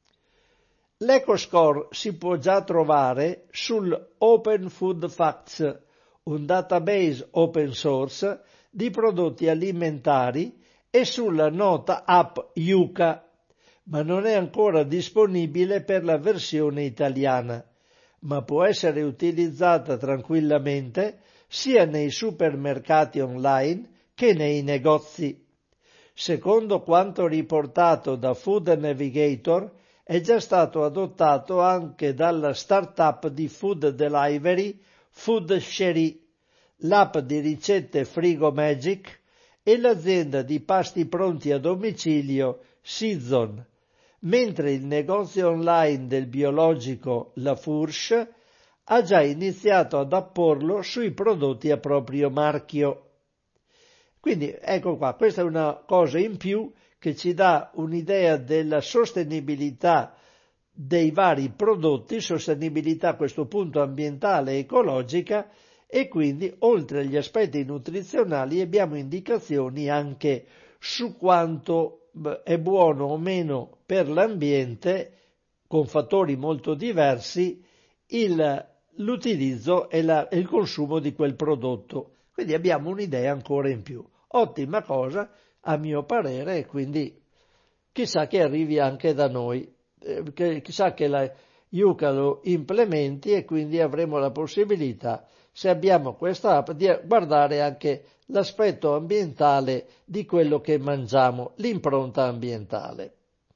Speaker 1: L'EcoScore si può già trovare sul Open Food Facts, un database open source di prodotti alimentari, e sulla nota app Yuka, ma non è ancora disponibile per la versione italiana, ma può essere utilizzata tranquillamente sia nei supermercati online che nei negozi. Secondo quanto riportato da Food Navigator, è già stato adottato anche dalla startup di food delivery FoodSherry, l'app di ricette Frigo Magic e l'azienda di pasti pronti a domicilio Season, mentre il negozio online del biologico La Fourche ha già iniziato ad apporlo sui prodotti a proprio marchio. Quindi ecco qua, questa è una cosa in più che ci dà un'idea della sostenibilità dei vari prodotti, sostenibilità a questo punto ambientale e ecologica, e quindi oltre agli aspetti nutrizionali abbiamo indicazioni anche su quanto è buono o meno per l'ambiente, con fattori molto diversi, il, l'utilizzo e, la, e il consumo di quel prodotto. Quindi abbiamo un'idea ancora in più. Ottima cosa, a mio parere, e quindi chissà che arrivi anche da noi, eh, che, chissà che la Yuka lo implementi e quindi avremo la possibilità, se abbiamo questa app, di guardare anche l'aspetto ambientale di quello che mangiamo, l'impronta ambientale.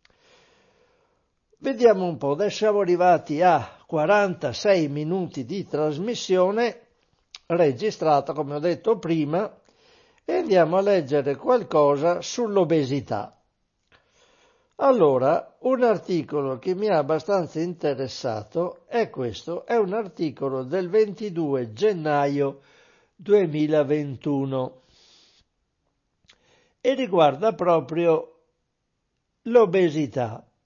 Speaker 1: Vediamo un po', adesso siamo arrivati a quarantasei minuti di trasmissione registrata, come ho detto prima, e andiamo a leggere qualcosa sull'obesità. Allora, un articolo che mi ha abbastanza interessato è questo, è un articolo del ventidue gennaio duemilaventuno e riguarda proprio l'obesità.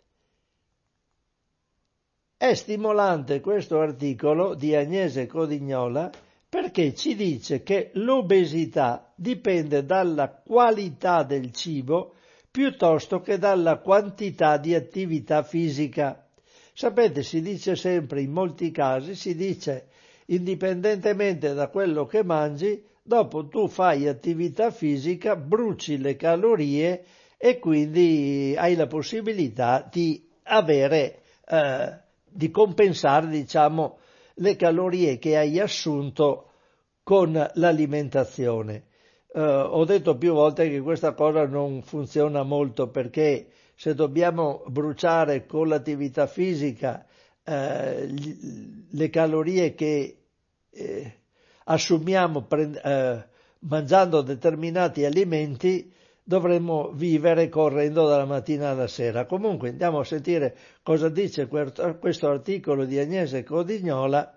Speaker 1: È stimolante questo articolo di Agnese Codignola perché ci dice che l'obesità dipende dalla qualità del cibo piuttosto che dalla quantità di attività fisica. Sapete, si dice sempre, in molti casi, si dice, indipendentemente da quello che mangi, dopo tu fai attività fisica, bruci le calorie e quindi hai la possibilità di avere, eh, di compensare, diciamo, le calorie che hai assunto con l'alimentazione. Uh, ho detto più volte che questa cosa non funziona molto perché se dobbiamo bruciare con l'attività fisica uh, gli, le calorie che eh, assumiamo pre- uh, mangiando determinati alimenti, dovremmo vivere correndo dalla mattina alla sera. Comunque andiamo a sentire cosa dice questo articolo di Agnese Codignola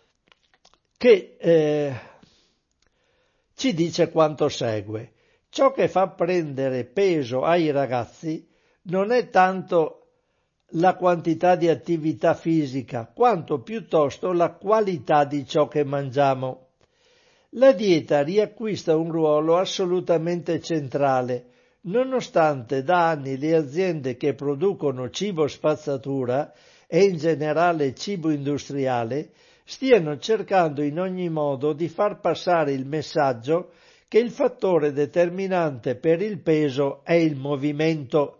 Speaker 1: che eh, ci dice quanto segue. Ciò che fa prendere peso ai ragazzi non è tanto la quantità di attività fisica, quanto piuttosto la qualità di ciò che mangiamo. La dieta riacquista un ruolo assolutamente centrale, nonostante da anni le aziende che producono cibo spazzatura e in generale cibo industriale stiano cercando in ogni modo di far passare il messaggio che il fattore determinante per il peso è il movimento.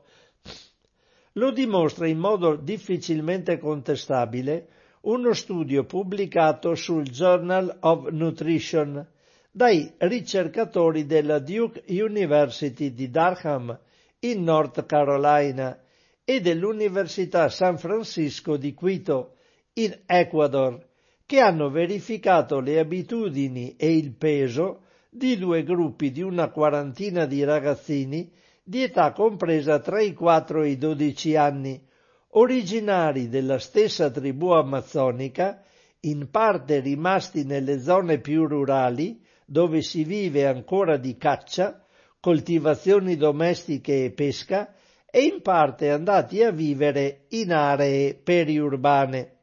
Speaker 1: Lo dimostra in modo difficilmente contestabile uno studio pubblicato sul Journal of Nutrition dai ricercatori della Duke University di Durham in North Carolina e dell'Università San Francisco di Quito in Ecuador, che hanno verificato le abitudini e il peso di due gruppi di una quarantina di ragazzini di età compresa tra i quattro e i dodici anni, originari della stessa tribù amazzonica, in parte rimasti nelle zone più rurali, dove si vive ancora di caccia, coltivazioni domestiche e pesca, e in parte andati a vivere in aree periurbane.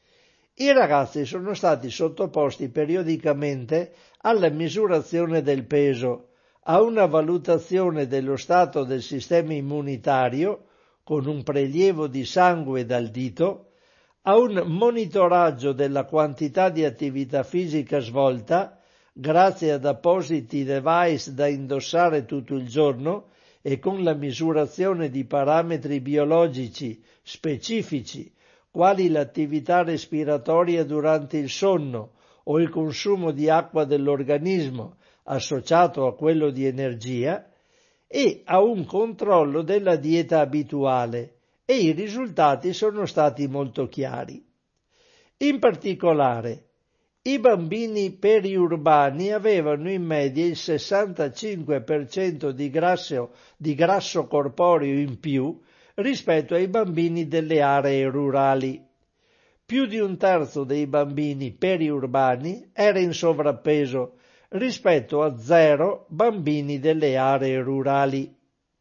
Speaker 1: I ragazzi sono stati sottoposti periodicamente alla misurazione del peso, a una valutazione dello stato del sistema immunitario, con un prelievo di sangue dal dito, a un monitoraggio della quantità di attività fisica svolta, grazie ad appositi device da indossare tutto il giorno e con la misurazione di parametri biologici specifici, quali l'attività respiratoria durante il sonno o il consumo di acqua dell'organismo associato a quello di energia, e a un controllo della dieta abituale, e i risultati sono stati molto chiari. In particolare, i bambini periurbani avevano in media il sessantacinque per cento di grasso, di grasso corporeo in più rispetto ai bambini delle aree rurali. Più di un terzo dei bambini periurbani era in sovrappeso rispetto a zero bambini delle aree rurali.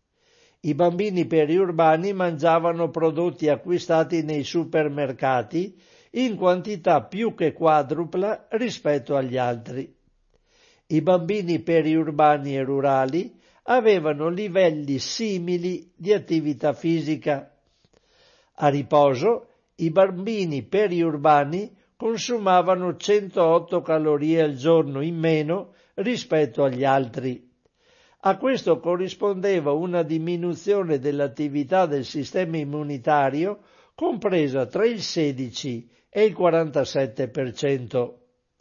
Speaker 1: I bambini periurbani mangiavano prodotti acquistati nei supermercati in quantità più che quadrupla rispetto agli altri. I bambini periurbani e rurali avevano livelli simili di attività fisica. A riposo, i bambini periurbani consumavano centootto calorie al giorno in meno rispetto agli altri. A questo corrispondeva una diminuzione dell'attività del sistema immunitario compresa tra il sedici e il quarantasette per cento.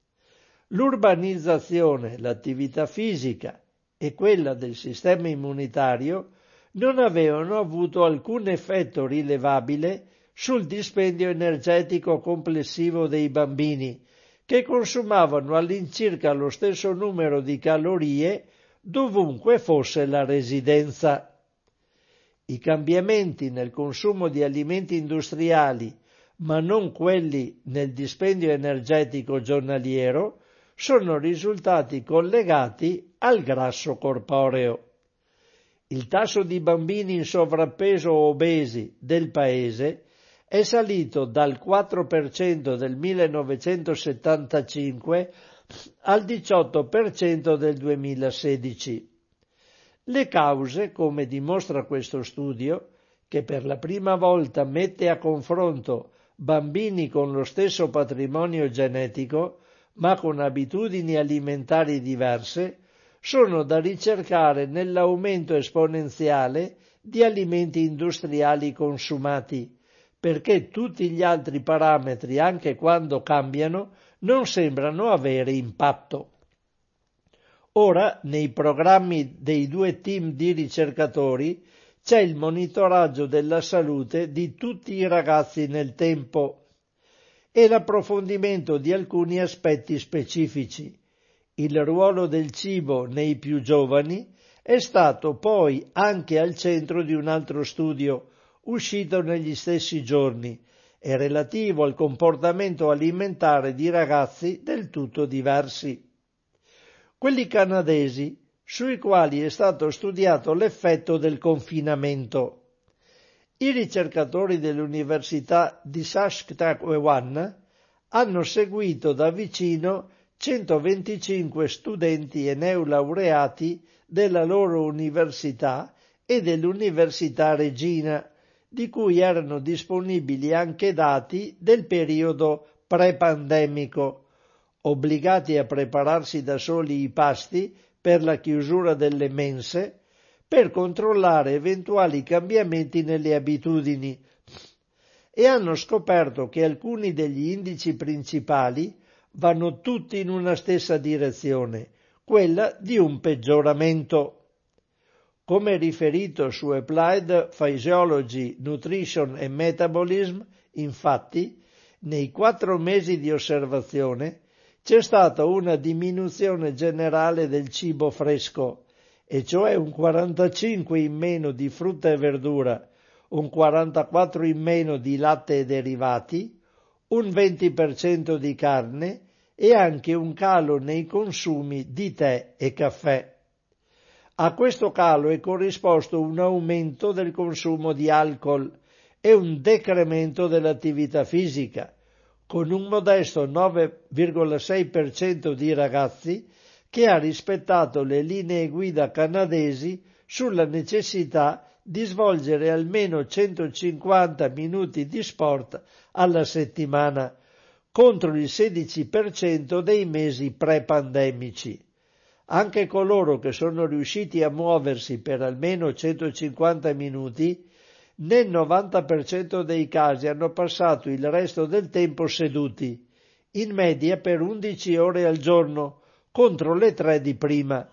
Speaker 1: L'urbanizzazione, l'attività fisica e quella del sistema immunitario non avevano avuto alcun effetto rilevabile sul dispendio energetico complessivo dei bambini, che consumavano all'incirca lo stesso numero di calorie dovunque fosse la residenza. I cambiamenti nel consumo di alimenti industriali, ma non quelli nel dispendio energetico giornaliero, sono risultati collegati al grasso corporeo. Il tasso di bambini in sovrappeso o obesi del paese è salito dal quattro per cento del millenovecentosettantacinque al diciotto per cento del duemilasedici. Le cause, come dimostra questo studio, che per la prima volta mette a confronto bambini con lo stesso patrimonio genetico, ma con abitudini alimentari diverse, sono da ricercare nell'aumento esponenziale di alimenti industriali consumati, perché tutti gli altri parametri, anche quando cambiano, non sembrano avere impatto. Ora, nei programmi dei due team di ricercatori, c'è il monitoraggio della salute di tutti i ragazzi nel tempo e l'approfondimento di alcuni aspetti specifici. Il ruolo del cibo nei più giovani è stato poi anche al centro di un altro studio, uscito negli stessi giorni, e relativo al comportamento alimentare di ragazzi del tutto diversi. Quelli canadesi, sui quali è stato studiato l'effetto del confinamento. I ricercatori dell'Università di Saskatchewan hanno seguito da vicino centoventicinque studenti e neolaureati della loro università e dell'Università Regina, di cui erano disponibili anche dati del periodo pre-pandemico, obbligati a prepararsi da soli i pasti per la chiusura delle mense, per controllare eventuali cambiamenti nelle abitudini, e hanno scoperto che alcuni degli indici principali vanno tutti in una stessa direzione, quella di un peggioramento. Come riferito su Applied Physiology, Nutrition and Metabolism, infatti, nei quattro mesi di osservazione c'è stata una diminuzione generale del cibo fresco, e cioè un quarantacinque in meno di frutta e verdura, un quarantaquattro in meno di latte e derivati, un venti per cento di carne e anche un calo nei consumi di tè e caffè. A questo calo è corrisposto un aumento del consumo di alcol e un decremento dell'attività fisica, con un modesto nove virgola sei per cento di ragazzi che ha rispettato le linee guida canadesi sulla necessità di svolgere almeno centocinquanta minuti di sport alla settimana, contro il sedici per cento dei mesi pre-pandemici. Anche coloro che sono riusciti a muoversi per almeno centocinquanta minuti, nel novanta per cento dei casi hanno passato il resto del tempo seduti, in media per undici ore al giorno, contro le tre di prima.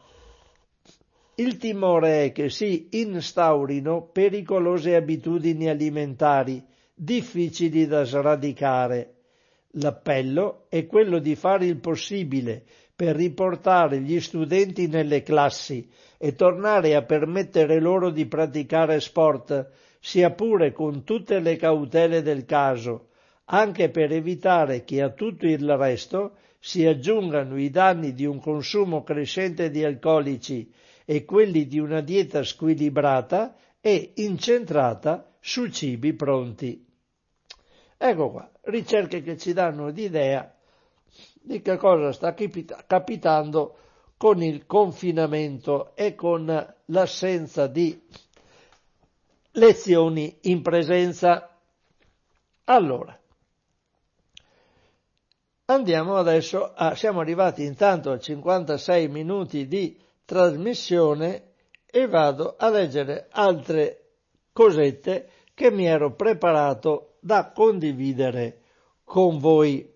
Speaker 1: Il timore è che si instaurino pericolose abitudini alimentari, difficili da sradicare. L'appello è quello di fare il possibile per riportare gli studenti nelle classi e tornare a permettere loro di praticare sport, sia pure con tutte le cautele del caso, anche per evitare che a tutto il resto si aggiungano i danni di un consumo crescente di alcolici e quelli di una dieta squilibrata e incentrata su cibi pronti. Ecco qua, ricerche che ci danno l'idea di che cosa sta capitando con il confinamento e con l'assenza di lezioni in presenza. Allora, andiamo adesso a, siamo arrivati intanto a cinquantasei minuti di trasmissione e vado a leggere altre cosette che mi ero preparato da condividere con voi.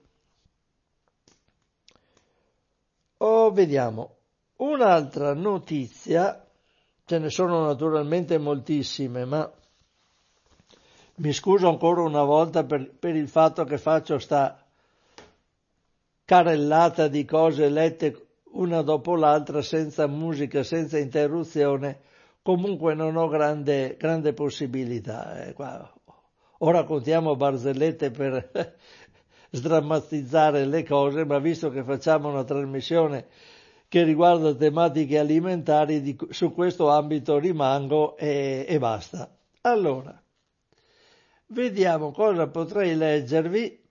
Speaker 1: Oh, vediamo, un'altra notizia, ce ne sono naturalmente moltissime, ma mi scuso ancora una volta per, per il fatto che faccio sta carrellata di cose lette una dopo l'altra, senza musica, senza interruzione. Comunque non ho grande, grande possibilità. Eh, qua. O raccontiamo barzellette per sdrammatizzare le cose, ma visto che facciamo una trasmissione che riguarda tematiche alimentari, di, su questo ambito rimango e, e basta. Allora, vediamo cosa potrei leggervi.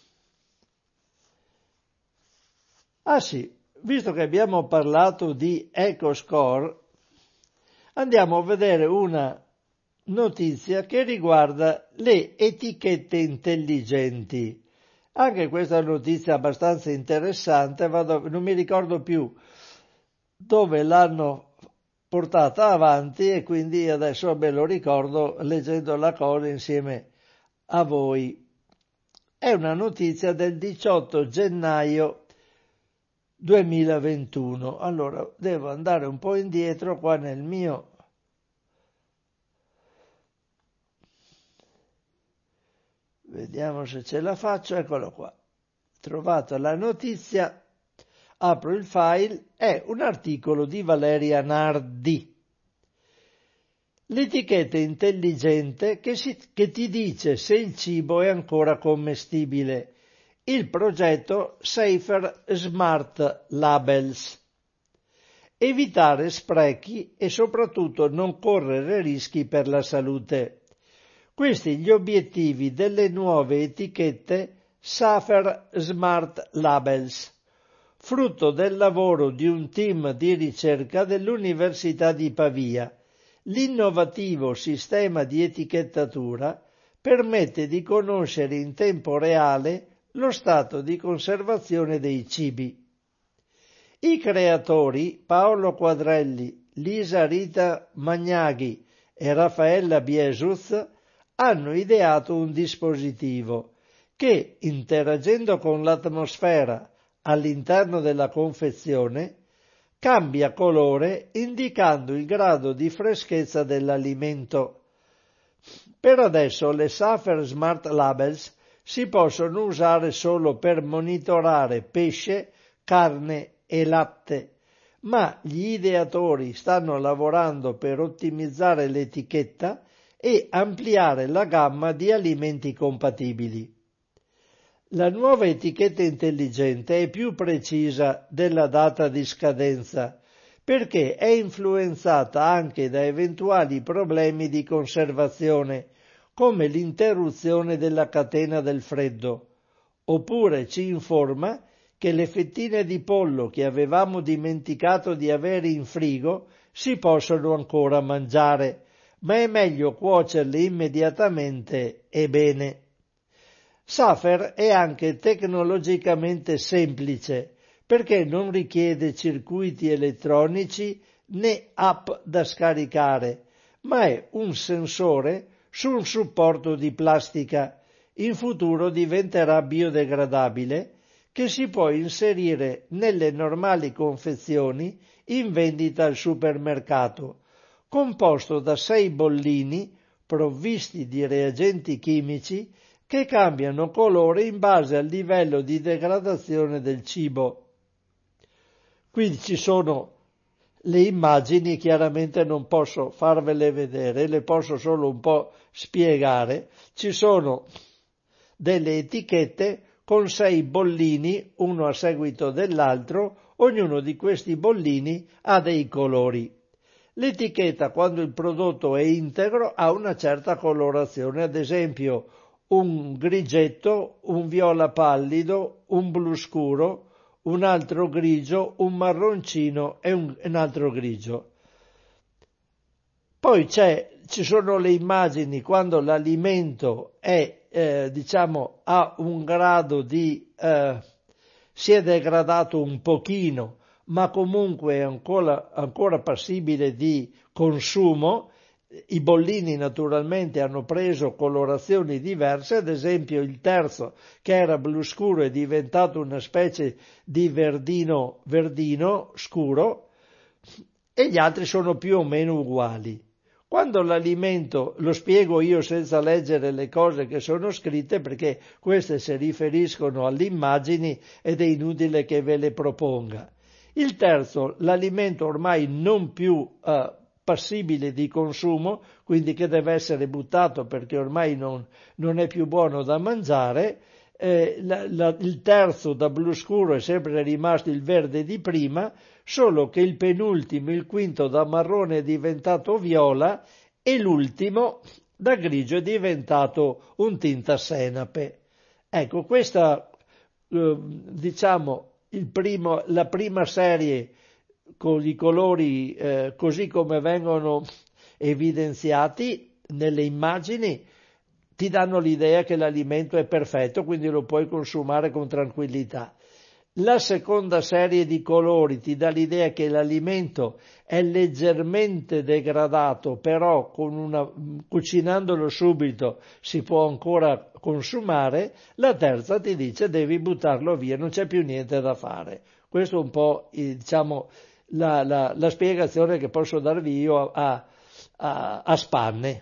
Speaker 1: Ah sì, visto che abbiamo parlato di EcoScore, andiamo a vedere una notizia che riguarda le etichette intelligenti. Anche questa notizia è abbastanza interessante, vado, non mi ricordo più dove l'hanno portata avanti e quindi adesso me lo ricordo leggendo la cosa insieme a voi. È una notizia del diciotto gennaio duemilaventuno. Allora, devo andare un po' indietro qua nel mio vediamo se ce la faccio, eccolo qua. Trovato la notizia, apro il file, è un articolo di Valeria Nardi. L'etichetta intelligente che, si, che ti dice se il cibo è ancora commestibile. Il progetto Safer Smart Labels. Evitare sprechi e soprattutto non correre rischi per la salute. Questi gli obiettivi delle nuove etichette Safer Smart Labels, frutto del lavoro di un team di ricerca dell'Università di Pavia. L'innovativo sistema di etichettatura permette di conoscere in tempo reale lo stato di conservazione dei cibi. I creatori Paolo Quadrelli, Lisa Rita Magnaghi e Raffaella Biesuz hanno ideato un dispositivo che, interagendo con l'atmosfera all'interno della confezione, cambia colore indicando il grado di freschezza dell'alimento. Per adesso le Safer Smart Labels si possono usare solo per monitorare pesce, carne e latte, ma gli ideatori stanno lavorando per ottimizzare l'etichetta e ampliare la gamma di alimenti compatibili. La nuova etichetta intelligente è più precisa della data di scadenza perché è influenzata anche da eventuali problemi di conservazione, come l'interruzione della catena del freddo, oppure ci informa che le fettine di pollo che avevamo dimenticato di avere in frigo si possono ancora mangiare, ma è meglio cuocerle immediatamente e bene. Safer è anche tecnologicamente semplice perché non richiede circuiti elettronici né app da scaricare, ma è un sensore su un supporto di plastica. In futuro diventerà biodegradabile che si può inserire nelle normali confezioni in vendita al supermercato, composto da sei bollini provvisti di reagenti chimici che cambiano colore in base al livello di degradazione del cibo. Qui ci sono le immagini, chiaramente non posso farvele vedere, le posso solo un po' spiegare. Ci sono delle etichette con sei bollini, uno a seguito dell'altro, ognuno di questi bollini ha dei colori. L'etichetta, quando il prodotto è integro, ha una certa colorazione, ad esempio un grigetto, un viola pallido, un blu scuro, un altro grigio, un marroncino e un, un altro grigio. Poi c'è, ci sono le immagini quando l'alimento è, eh, diciamo, ha un grado di, eh, si è degradato un pochino, ma comunque è ancora, ancora passibile di consumo. I bollini naturalmente hanno preso colorazioni diverse, ad esempio il terzo, che era blu scuro, è diventato una specie di verdino, verdino scuro, e gli altri sono più o meno uguali. Quando l'alimento, lo spiego io senza leggere le cose che sono scritte, perché queste si riferiscono alle immagini ed è inutile che ve le proponga. Il terzo, l'alimento ormai non più eh, passibile di consumo, quindi che deve essere buttato perché ormai non, non è più buono da mangiare. Eh, la, la, il terzo da blu scuro è sempre rimasto il verde di prima, solo che il penultimo, il quinto da marrone è diventato viola e l'ultimo da grigio è diventato un tinta senape. Ecco, questa eh, diciamo il primo, la prima serie con i colori eh, così come vengono evidenziati nelle immagini ti danno l'idea che l'alimento è perfetto, quindi lo puoi consumare con tranquillità. La seconda serie di colori ti dà l'idea che l'alimento è leggermente degradato, però con una, cucinandolo subito si può ancora consumare. La terza ti dice devi buttarlo via, non c'è più niente da fare. Questo è un po' diciamo la, la, la spiegazione che posso darvi io a, a, a spanne.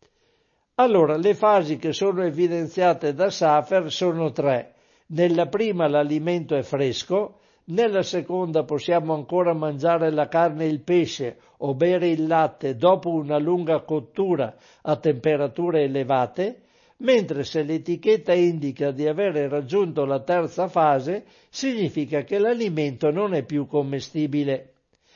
Speaker 1: Allora, le fasi che sono evidenziate da Safer sono tre. Nella prima l'alimento è fresco, nella seconda possiamo ancora mangiare la carne e il pesce o bere il latte dopo una lunga cottura a temperature elevate, mentre se l'etichetta indica di avere raggiunto la terza fase, significa che l'alimento non è più commestibile.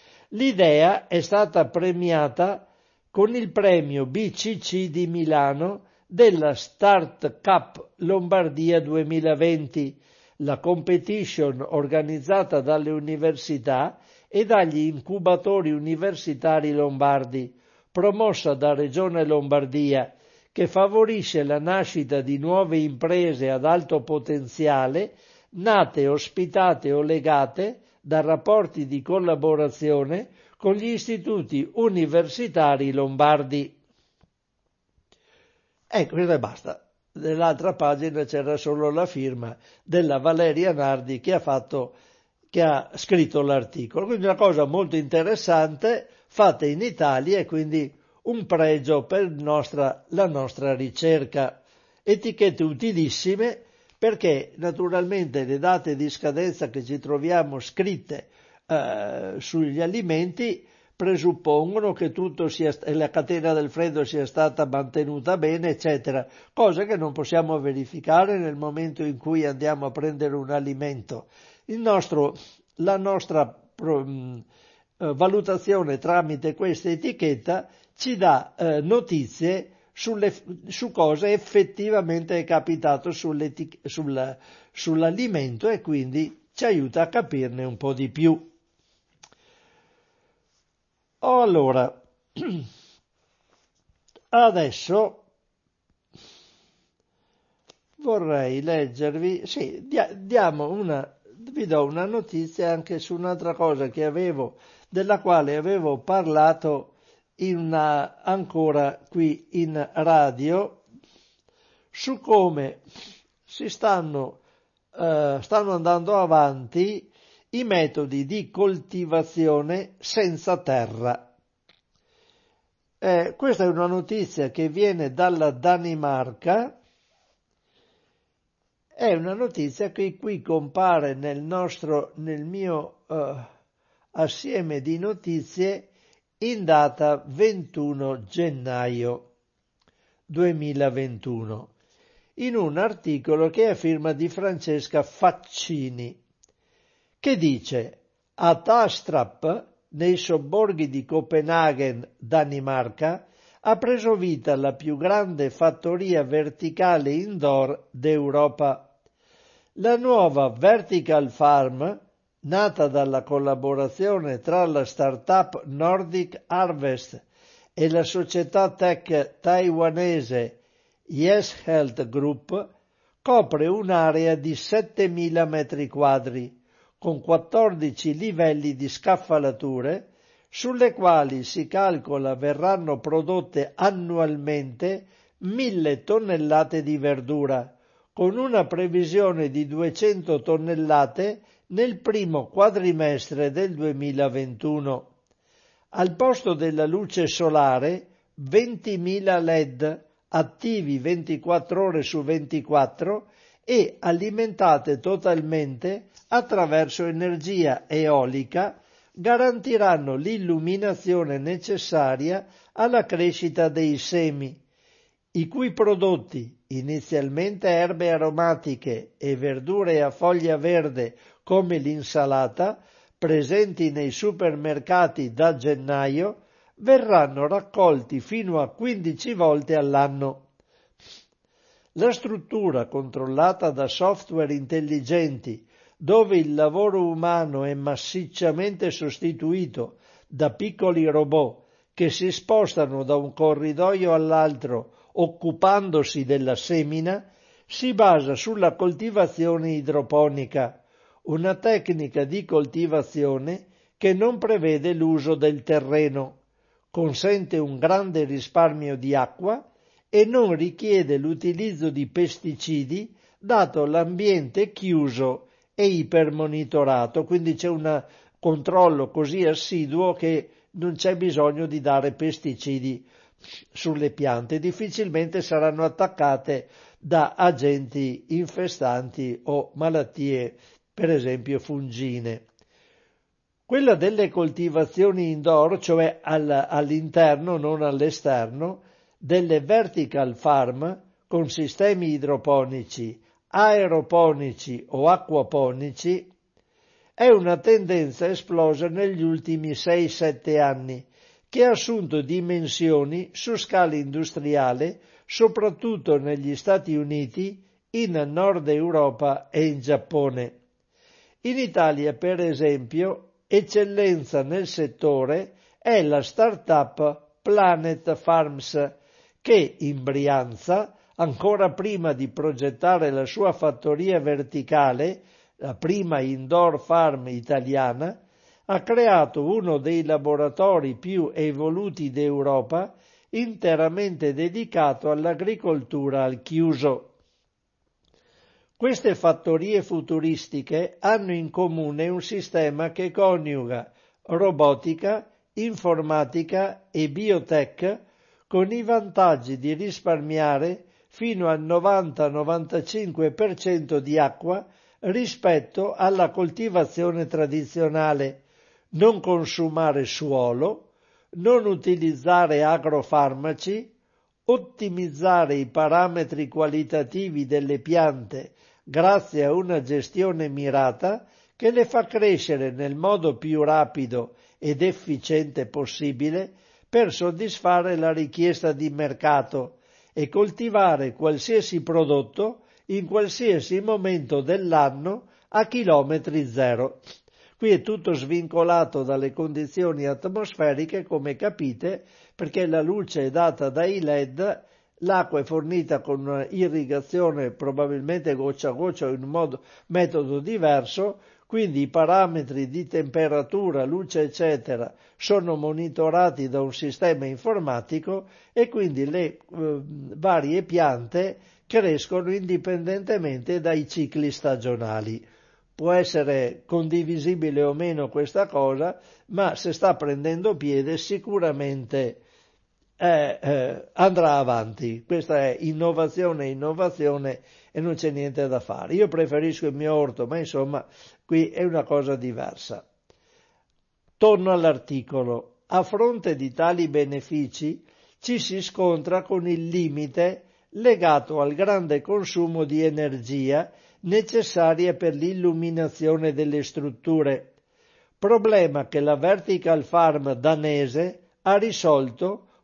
Speaker 1: L'idea è stata premiata con il premio B C C di Milano della Start Cup Lombardia duemilaventi, la competition organizzata dalle università e dagli incubatori universitari lombardi, promossa da Regione Lombardia, che favorisce la nascita di nuove imprese ad alto potenziale, nate, ospitate o legate da rapporti di collaborazione con gli istituti universitari lombardi. Ecco, questo e basta. Nell'altra pagina c'era solo la firma della Valeria Nardi che ha fatto, che ha scritto l'articolo. Quindi una cosa molto interessante, fatta in Italia e quindi un pregio per nostra, la nostra ricerca. Etichette utilissime perché naturalmente le date di scadenza che ci troviamo scritte eh, sugli alimenti presuppongono che tutto sia, la catena del freddo sia stata mantenuta bene, eccetera, cosa che non possiamo verificare nel momento in cui andiamo a prendere un alimento. Il nostro, la nostra mh, valutazione tramite questa etichetta ci dà eh, notizie sulle, su cosa effettivamente è capitato sul, sull'alimento e quindi ci aiuta a capirne un po' di più. Allora, adesso vorrei leggervi, sì, diamo una, vi do una notizia anche su un'altra cosa che avevo, della quale avevo parlato in una, ancora qui in radio, su come si stanno, uh, stanno andando avanti i metodi di coltivazione senza terra. Eh, questa è una notizia che viene dalla Danimarca, è una notizia che qui compare nel nostro, nel mio uh, assieme di notizie in data ventuno gennaio duemilaventuno, in un articolo che è a firma di Francesca Faccini, che dice: a Tastrap, nei sobborghi di Copenaghen, Danimarca, ha preso vita la più grande fattoria verticale indoor d'Europa. La nuova Vertical Farm, nata dalla collaborazione tra la startup Nordic Harvest e la società tech taiwanese Yes Health Group, copre un'area di settemila metri quadri, con quattordici livelli di scaffalature, sulle quali si calcola verranno prodotte annualmente mille tonnellate di verdura, con una previsione di duecento tonnellate nel primo quadrimestre del duemilaventuno. Al posto della luce solare, ventimila L E D attivi ventiquattro ore su ventiquattro e alimentate totalmente attraverso energia eolica garantiranno l'illuminazione necessaria alla crescita dei semi, i cui prodotti, inizialmente erbe aromatiche e verdure a foglia verde come l'insalata, presenti nei supermercati da gennaio, verranno raccolti fino a quindici volte all'anno. La struttura, controllata da software intelligenti, dove il lavoro umano è massicciamente sostituito da piccoli robot che si spostano da un corridoio all'altro occupandosi della semina, si basa sulla coltivazione idroponica, una tecnica di coltivazione che non prevede l'uso del terreno, consente un grande risparmio di acqua e non richiede l'utilizzo di pesticidi dato l'ambiente chiuso e ipermonitorato, quindi c'è un controllo così assiduo che non c'è bisogno di dare pesticidi sulle piante, difficilmente saranno attaccate da agenti infestanti o malattie, per esempio fungine. Quella delle coltivazioni indoor, cioè al, all'interno, non all'esterno, delle vertical farm con sistemi idroponici, aeroponici o acquaponici, è una tendenza esplosa negli ultimi sei sette anni, che ha assunto dimensioni su scala industriale, soprattutto negli Stati Uniti, in Nord Europa e in Giappone. In Italia, per esempio, eccellenza nel settore è la startup Planet Farms, che in Brianza, ancora prima di progettare la sua fattoria verticale, la prima indoor farm italiana, ha creato uno dei laboratori più evoluti d'Europa, interamente dedicato all'agricoltura al chiuso. Queste fattorie futuristiche hanno in comune un sistema che coniuga robotica, informatica e biotech, con i vantaggi di risparmiare fino al novanta novantacinque per cento di acqua rispetto alla coltivazione tradizionale, non consumare suolo, non utilizzare agrofarmaci, ottimizzare i parametri qualitativi delle piante grazie a una gestione mirata che le fa crescere nel modo più rapido ed efficiente possibile per soddisfare la richiesta di mercato e coltivare qualsiasi prodotto in qualsiasi momento dell'anno a chilometri zero. Qui è tutto svincolato dalle condizioni atmosferiche, come capite, perché la luce è data dai L E D, l'acqua è fornita con una irrigazione probabilmente goccia a goccia o in un modo, metodo diverso, quindi i parametri di temperatura, luce eccetera sono monitorati da un sistema informatico e quindi le eh, varie piante crescono indipendentemente dai cicli stagionali. Può essere condivisibile o meno questa cosa, ma se sta prendendo piede sicuramente eh, eh, andrà avanti. Questa è innovazione, innovazione e non c'è niente da fare. Io preferisco il mio orto, ma insomma qui è una cosa diversa. Torno all'articolo. A fronte di tali benefici ci si scontra con il limite legato al grande consumo di energia necessaria per l'illuminazione delle strutture, problema che la Vertical Farm danese ha risolto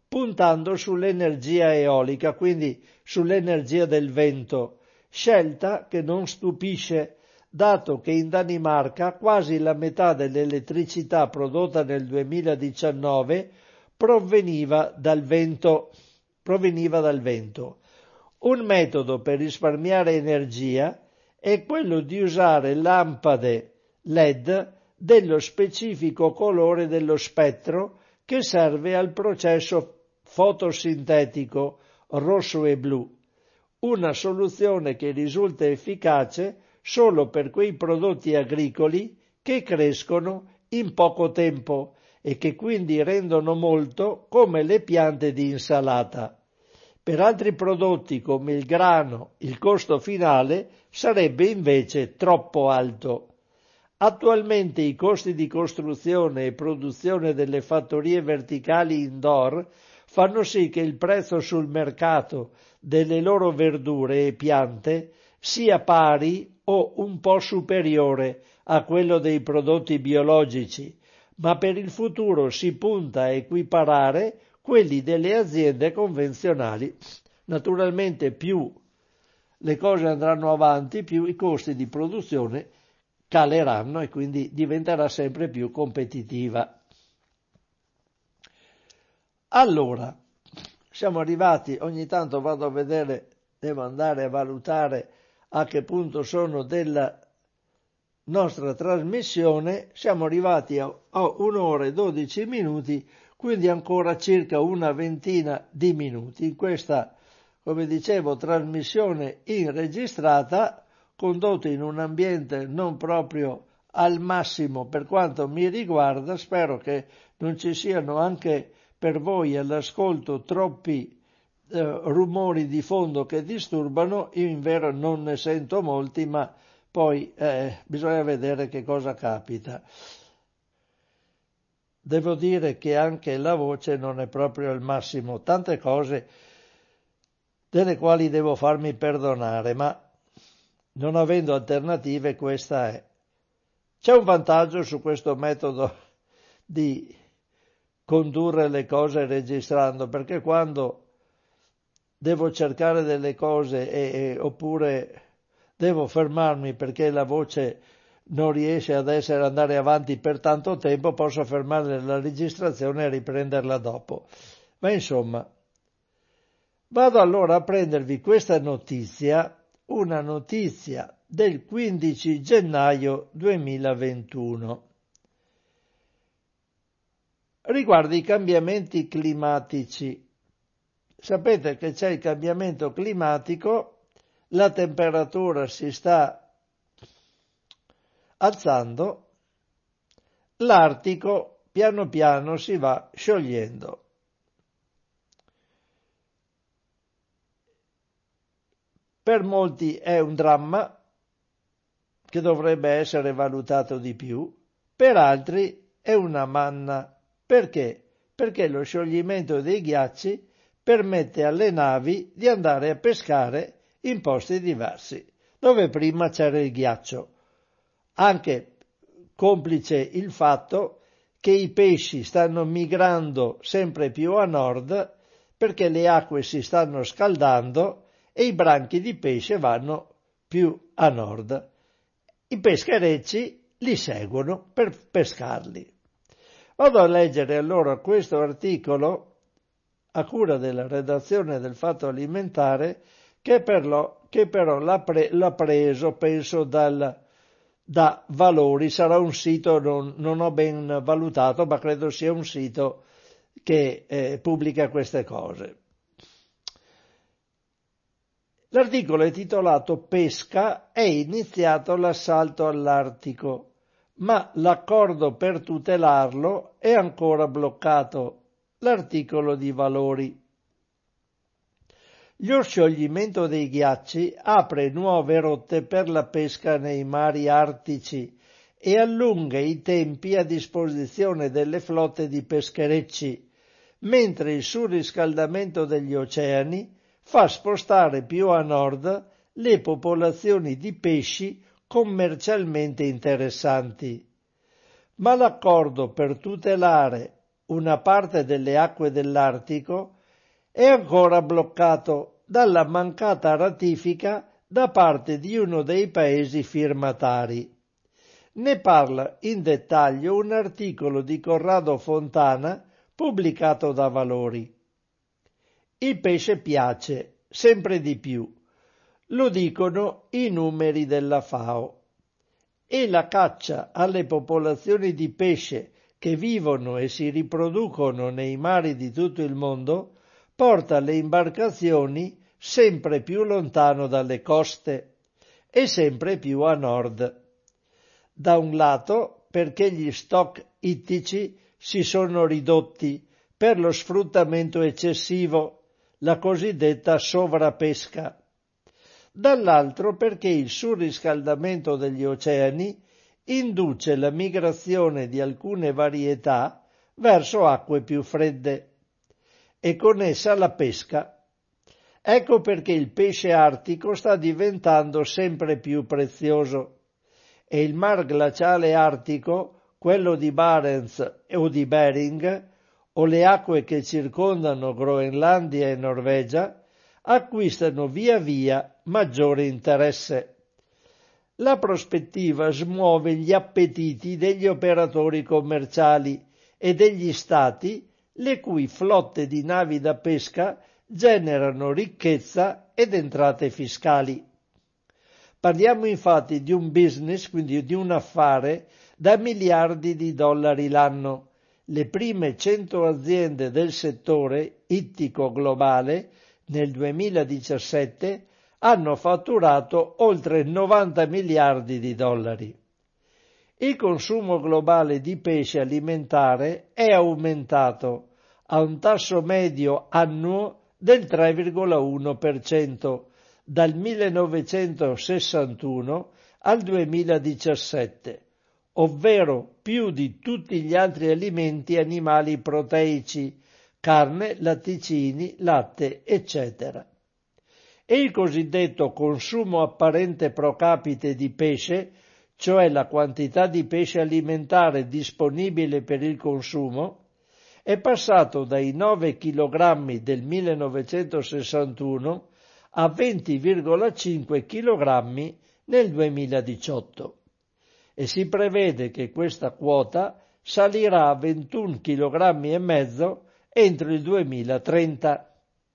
Speaker 1: puntando sull'energia eolica, quindi sull'energia del vento, scelta che non stupisce, dato che in Danimarca quasi la metà dell'elettricità prodotta nel duemiladiciannove proveniva dal vento. Proveniva dal vento. Un metodo per risparmiare energia è quello di usare lampade L E D dello specifico colore dello spettro che serve al processo fotosintetico rosso e blu, una soluzione che risulta efficace solo per quei prodotti agricoli che crescono in poco tempo e che quindi rendono molto, come le piante di insalata. Per altri prodotti come il grano, il costo finale sarebbe invece troppo alto. Attualmente i costi di costruzione e produzione delle fattorie verticali indoor fanno sì che il prezzo sul mercato delle loro verdure e piante sia pari o un po' superiore a quello dei prodotti biologici, ma per il futuro si punta a equiparare quelli delle aziende convenzionali. Naturalmente più le cose andranno avanti, più i costi di produzione caleranno e quindi diventerà sempre più competitiva. Allora, siamo arrivati, ogni tanto vado a vedere, devo andare a valutare a che punto sono della nostra trasmissione, siamo arrivati a, a un'ora e dodici minuti, quindi ancora circa una ventina di minuti. In questa, come dicevo, trasmissione inregistrata, condotta in un ambiente non proprio al massimo per quanto mi riguarda, spero che non ci siano anche per voi all'ascolto troppi eh, rumori di fondo che disturbano. Io in vero non ne sento molti, ma poi eh, bisogna vedere che cosa capita. Devo dire che anche la voce non è proprio al massimo, tante cose delle quali devo farmi perdonare, ma non avendo alternative questa è. C'è un vantaggio su questo metodo di condurre le cose registrando, perché quando devo cercare delle cose e, e, oppure devo fermarmi perché la voce non riesce ad essere andare avanti per tanto tempo, posso fermare la registrazione e riprenderla dopo. Ma insomma, vado allora a prendervi questa notizia, una notizia del quindici gennaio duemilaventuno. Riguarda i cambiamenti climatici. Sapete che c'è il cambiamento climatico, la temperatura si sta alzando, l'Artico piano piano si va sciogliendo. Per molti è un dramma che dovrebbe essere valutato di più, per altri è una manna. Perché? Perché lo scioglimento dei ghiacci permette alle navi di andare a pescare in posti diversi, dove prima c'era il ghiaccio. Anche complice il fatto che i pesci stanno migrando sempre più a nord perché le acque si stanno scaldando e i branchi di pesce vanno più a nord. I pescherecci li seguono per pescarli. Vado a leggere allora questo articolo a cura della redazione del Fatto Alimentare che, per lo, che però l'ha, pre, l'ha preso, penso, dal, da Valori. Sarà un sito, non, non ho ben valutato, ma credo sia un sito che eh, pubblica queste cose. L'articolo è titolato Pesca, è iniziato l'assalto all'Artico, ma l'accordo per tutelarlo è ancora bloccato. L'articolo di Valori. Lo scioglimento dei ghiacci apre nuove rotte per la pesca nei mari artici e allunga i tempi a disposizione delle flotte di pescherecci, mentre il surriscaldamento degli oceani fa spostare più a nord le popolazioni di pesci commercialmente interessanti. Ma l'accordo per tutelare una parte delle acque dell'Artico, è ancora bloccato dalla mancata ratifica da parte di uno dei paesi firmatari. Ne parla in dettaglio un articolo di Corrado Fontana pubblicato da Valori. Il pesce piace, sempre di più, lo dicono i numeri della FAO, e la caccia alle popolazioni di pesce che vivono e si riproducono nei mari di tutto il mondo porta le imbarcazioni sempre più lontano dalle coste e sempre più a nord. Da un lato perché gli stock ittici si sono ridotti per lo sfruttamento eccessivo, la cosiddetta sovrapesca. Dall'altro perché il surriscaldamento degli oceani induce la migrazione di alcune varietà verso acque più fredde e con essa la pesca. Ecco perché il pesce artico sta diventando sempre più prezioso e il mar glaciale artico, quello di Barents o di Bering, o le acque che circondano Groenlandia e Norvegia, acquistano via via maggiore interesse. La prospettiva smuove gli appetiti degli operatori commerciali e degli stati, le cui flotte di navi da pesca generano ricchezza ed entrate fiscali. Parliamo infatti di un business, quindi di un affare, da miliardi di dollari l'anno. Le prime cento aziende del settore ittico globale nel duemiladiciassette hanno fatturato oltre novanta miliardi di dollari. Il consumo globale di pesce alimentare è aumentato a un tasso medio annuo del tre virgola uno per cento dal millenovecentosessantuno al duemiladiciassette, ovvero più di tutti gli altri alimenti animali proteici, carne, latticini, latte, eccetera. E il cosiddetto consumo apparente pro capite di pesce, cioè la quantità di pesce alimentare disponibile per il consumo, è passato dai nove chilogrammi del millenovecentosessantuno a venti virgola cinque chilogrammi nel duemiladiciotto e si prevede che questa quota salirà a ventuno chilogrammi e mezzo entro il duemilatrenta.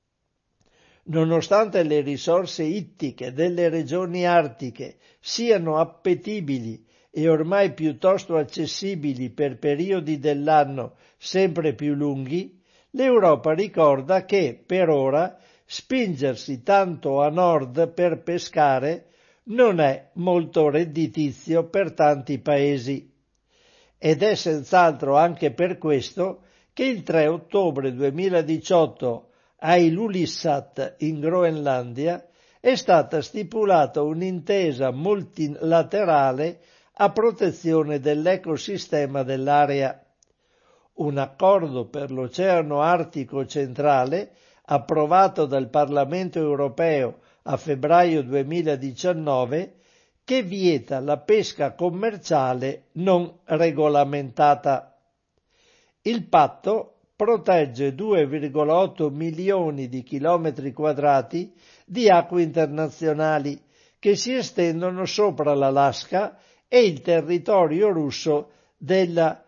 Speaker 1: Nonostante le risorse ittiche delle regioni artiche siano appetibili e ormai piuttosto accessibili per periodi dell'anno sempre più lunghi, l'Europa ricorda che, per ora, spingersi tanto a nord per pescare non è molto redditizio per tanti paesi. Ed è senz'altro anche per questo che il tre ottobre duemiladiciotto a Ilulissat in Groenlandia è stata stipulata un'intesa multilaterale a protezione dell'ecosistema dell'area. Un accordo per l'Oceano Artico centrale, approvato dal Parlamento europeo a febbraio duemiladiciannove, che vieta la pesca commerciale non regolamentata. Il patto protegge due virgola otto milioni di chilometri quadrati di acque internazionali che si estendono sopra l'Alaska e il territorio russo della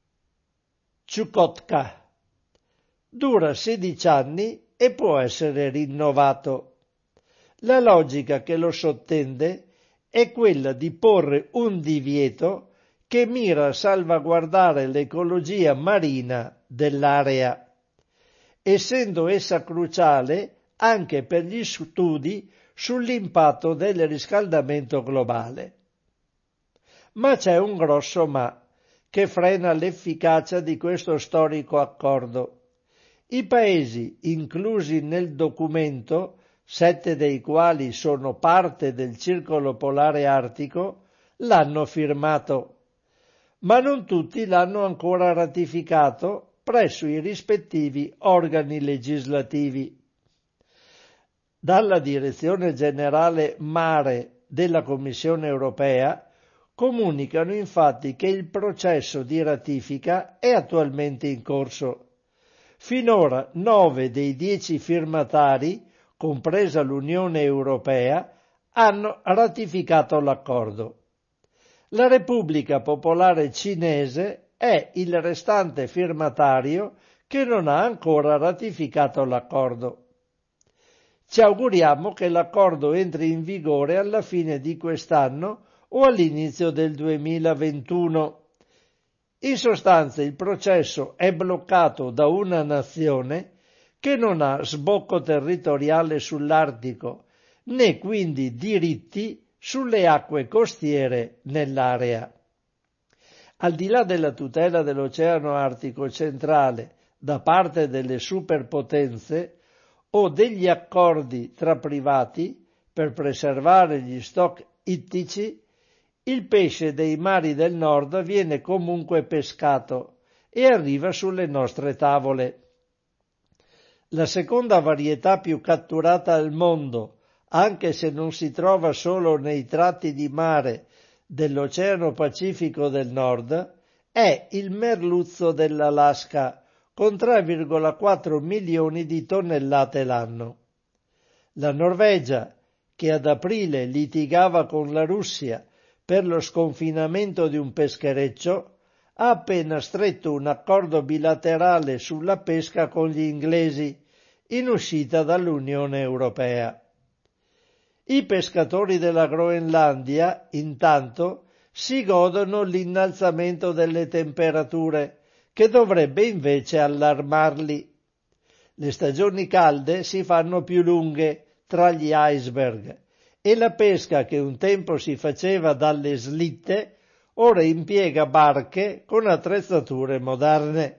Speaker 1: Chukotka. Dura sedici anni e può essere rinnovato. La logica che lo sottende è quella di porre un divieto che mira a salvaguardare l'ecologia marina dell'area, essendo essa cruciale anche per gli studi sull'impatto del riscaldamento globale. Ma c'è un grosso ma che frena l'efficacia di questo storico accordo. I paesi inclusi nel documento, sette dei quali sono parte del Circolo Polare Artico, l'hanno firmato, ma non tutti l'hanno ancora ratificato presso i rispettivi organi legislativi. Dalla Direzione Generale Mare della Commissione Europea comunicano infatti che il processo di ratifica è attualmente in corso. Finora nove dei dieci firmatari, compresa l'Unione Europea, hanno ratificato l'accordo. La Repubblica Popolare Cinese è il restante firmatario che non ha ancora ratificato l'accordo. Ci auguriamo che l'accordo entri in vigore alla fine di quest'anno o all'inizio del duemilaventuno. In sostanza il processo è bloccato da una nazione che non ha sbocco territoriale sull'Artico, né quindi diritti sulle acque costiere nell'area. Al di là della tutela dell'Oceano Artico centrale da parte delle superpotenze o degli accordi tra privati per preservare gli stock ittici, il pesce dei mari del nord viene comunque pescato e arriva sulle nostre tavole. La seconda varietà più catturata al mondo, anche se non si trova solo nei tratti di mare dell'Oceano Pacifico del Nord, è il merluzzo dell'Alaska, con tre virgola quattro milioni di tonnellate l'anno. La Norvegia, che ad aprile litigava con la Russia per lo sconfinamento di un peschereccio, ha appena stretto un accordo bilaterale sulla pesca con gli inglesi, in uscita dall'Unione Europea. I pescatori della Groenlandia, intanto, si godono l'innalzamento delle temperature, che dovrebbe invece allarmarli. Le stagioni calde si fanno più lunghe tra gli iceberg e la pesca che un tempo si faceva dalle slitte ora impiega barche con attrezzature moderne.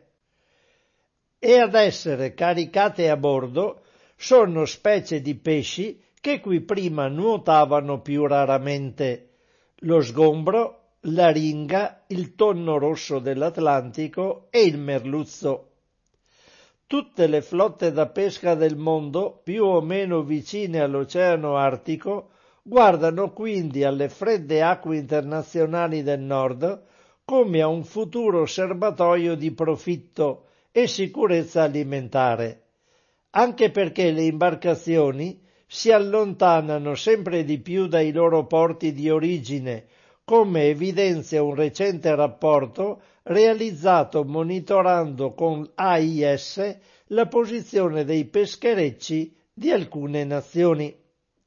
Speaker 1: E ad essere caricate a bordo sono specie di pesci che qui prima nuotavano più raramente: lo sgombro, la ringa, il tonno rosso dell'Atlantico e il merluzzo. Tutte le flotte da pesca del mondo, più o meno vicine all'Oceano Artico, guardano quindi alle fredde acque internazionali del nord come a un futuro serbatoio di profitto e sicurezza alimentare, anche perché le imbarcazioni si allontanano sempre di più dai loro porti di origine, come evidenzia un recente rapporto realizzato monitorando con A I S la posizione dei pescherecci di alcune nazioni.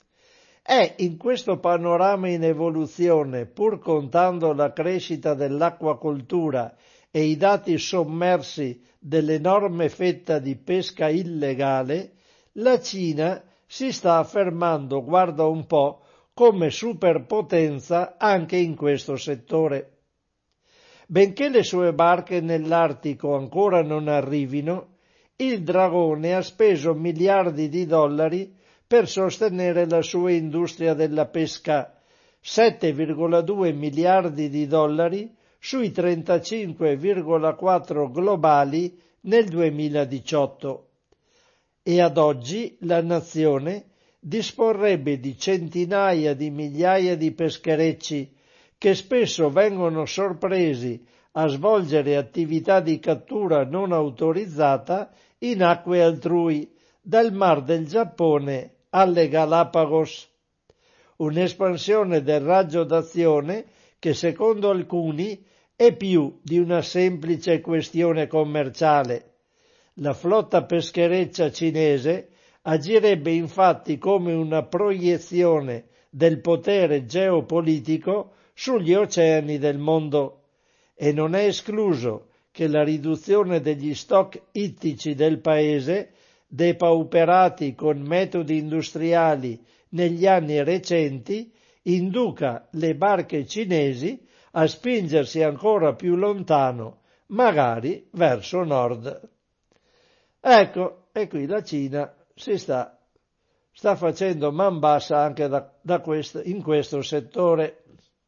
Speaker 1: È in questo panorama in evoluzione, pur contando la crescita dell'acquacoltura e i dati sommersi dell'enorme fetta di pesca illegale, la Cina si sta affermando, guarda un po', come superpotenza anche in questo settore. Benché le sue barche nell'Artico ancora non arrivino, il Dragone ha speso miliardi di dollari per sostenere la sua industria della pesca, sette virgola due miliardi di dollari sui trentacinque virgola quattro globali nel duemiladiciotto. E ad oggi la nazione disporrebbe di centinaia di migliaia di pescherecci che spesso vengono sorpresi a svolgere attività di cattura non autorizzata in acque altrui, dal Mar del Giappone alle Galapagos. Un'espansione del raggio d'azione che secondo alcuni è più di una semplice questione commerciale. La flotta peschereccia cinese agirebbe infatti come una proiezione del potere geopolitico sugli oceani del mondo, e non è escluso che la riduzione degli stock ittici del paese, depauperati con metodi industriali negli anni recenti, induca le barche cinesi a spingersi ancora più lontano, magari verso nord. Ecco, e qui la Cina si sta, sta facendo man bassa anche da, da questo, in questo settore.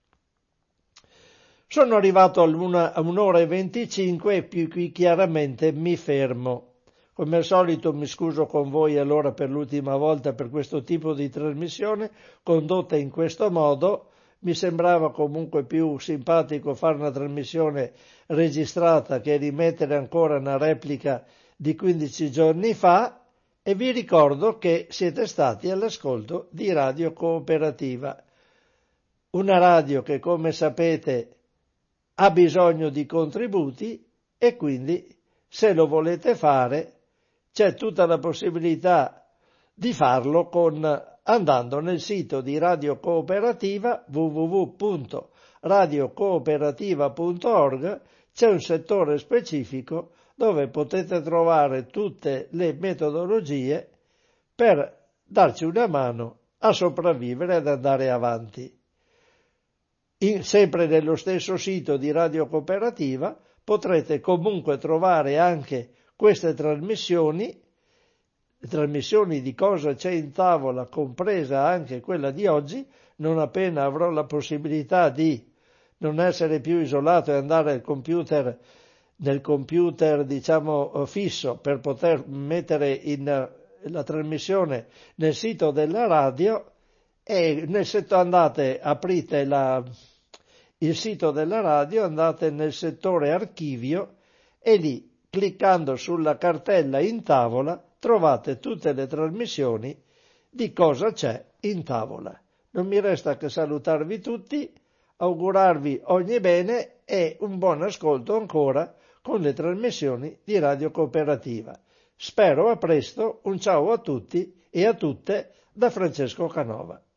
Speaker 1: Sono arrivato a un'ora e venticinque e più qui chiaramente mi fermo. Come al solito mi scuso con voi allora per l'ultima volta per questo tipo di trasmissione condotta in questo modo. mi sembrava comunque più simpatico fare una trasmissione registrata che rimettere ancora una replica di quindici giorni fa, e vi ricordo che siete stati all'ascolto di Radio Cooperativa, una radio che, come sapete, ha bisogno di contributi, e quindi, se lo volete fare, c'è tutta la possibilità di farlo con, andando nel sito di Radio Cooperativa, w w w punto radio cooperativa punto org. C'è un settore specifico dove potete trovare tutte le metodologie per darci una mano a sopravvivere e ad andare avanti. In, sempre nello stesso sito di Radio Cooperativa potrete comunque trovare anche queste trasmissioni, trasmissioni di Cosa c'è in tavola, compresa anche quella di oggi, non appena avrò la possibilità di non essere più isolato e andare al computer, nel computer diciamo fisso, per poter mettere in la trasmissione nel sito della radio. E nel sito andate, aprite la, il sito della radio, andate nel settore archivio e lì, cliccando sulla cartella in tavola, trovate tutte le trasmissioni di Cosa c'è in tavola. Non mi resta che salutarvi tutti, augurarvi ogni bene e un buon ascolto ancora con le trasmissioni di Radio Cooperativa. Spero a presto, un ciao a tutti e a tutte da Francesco Canova.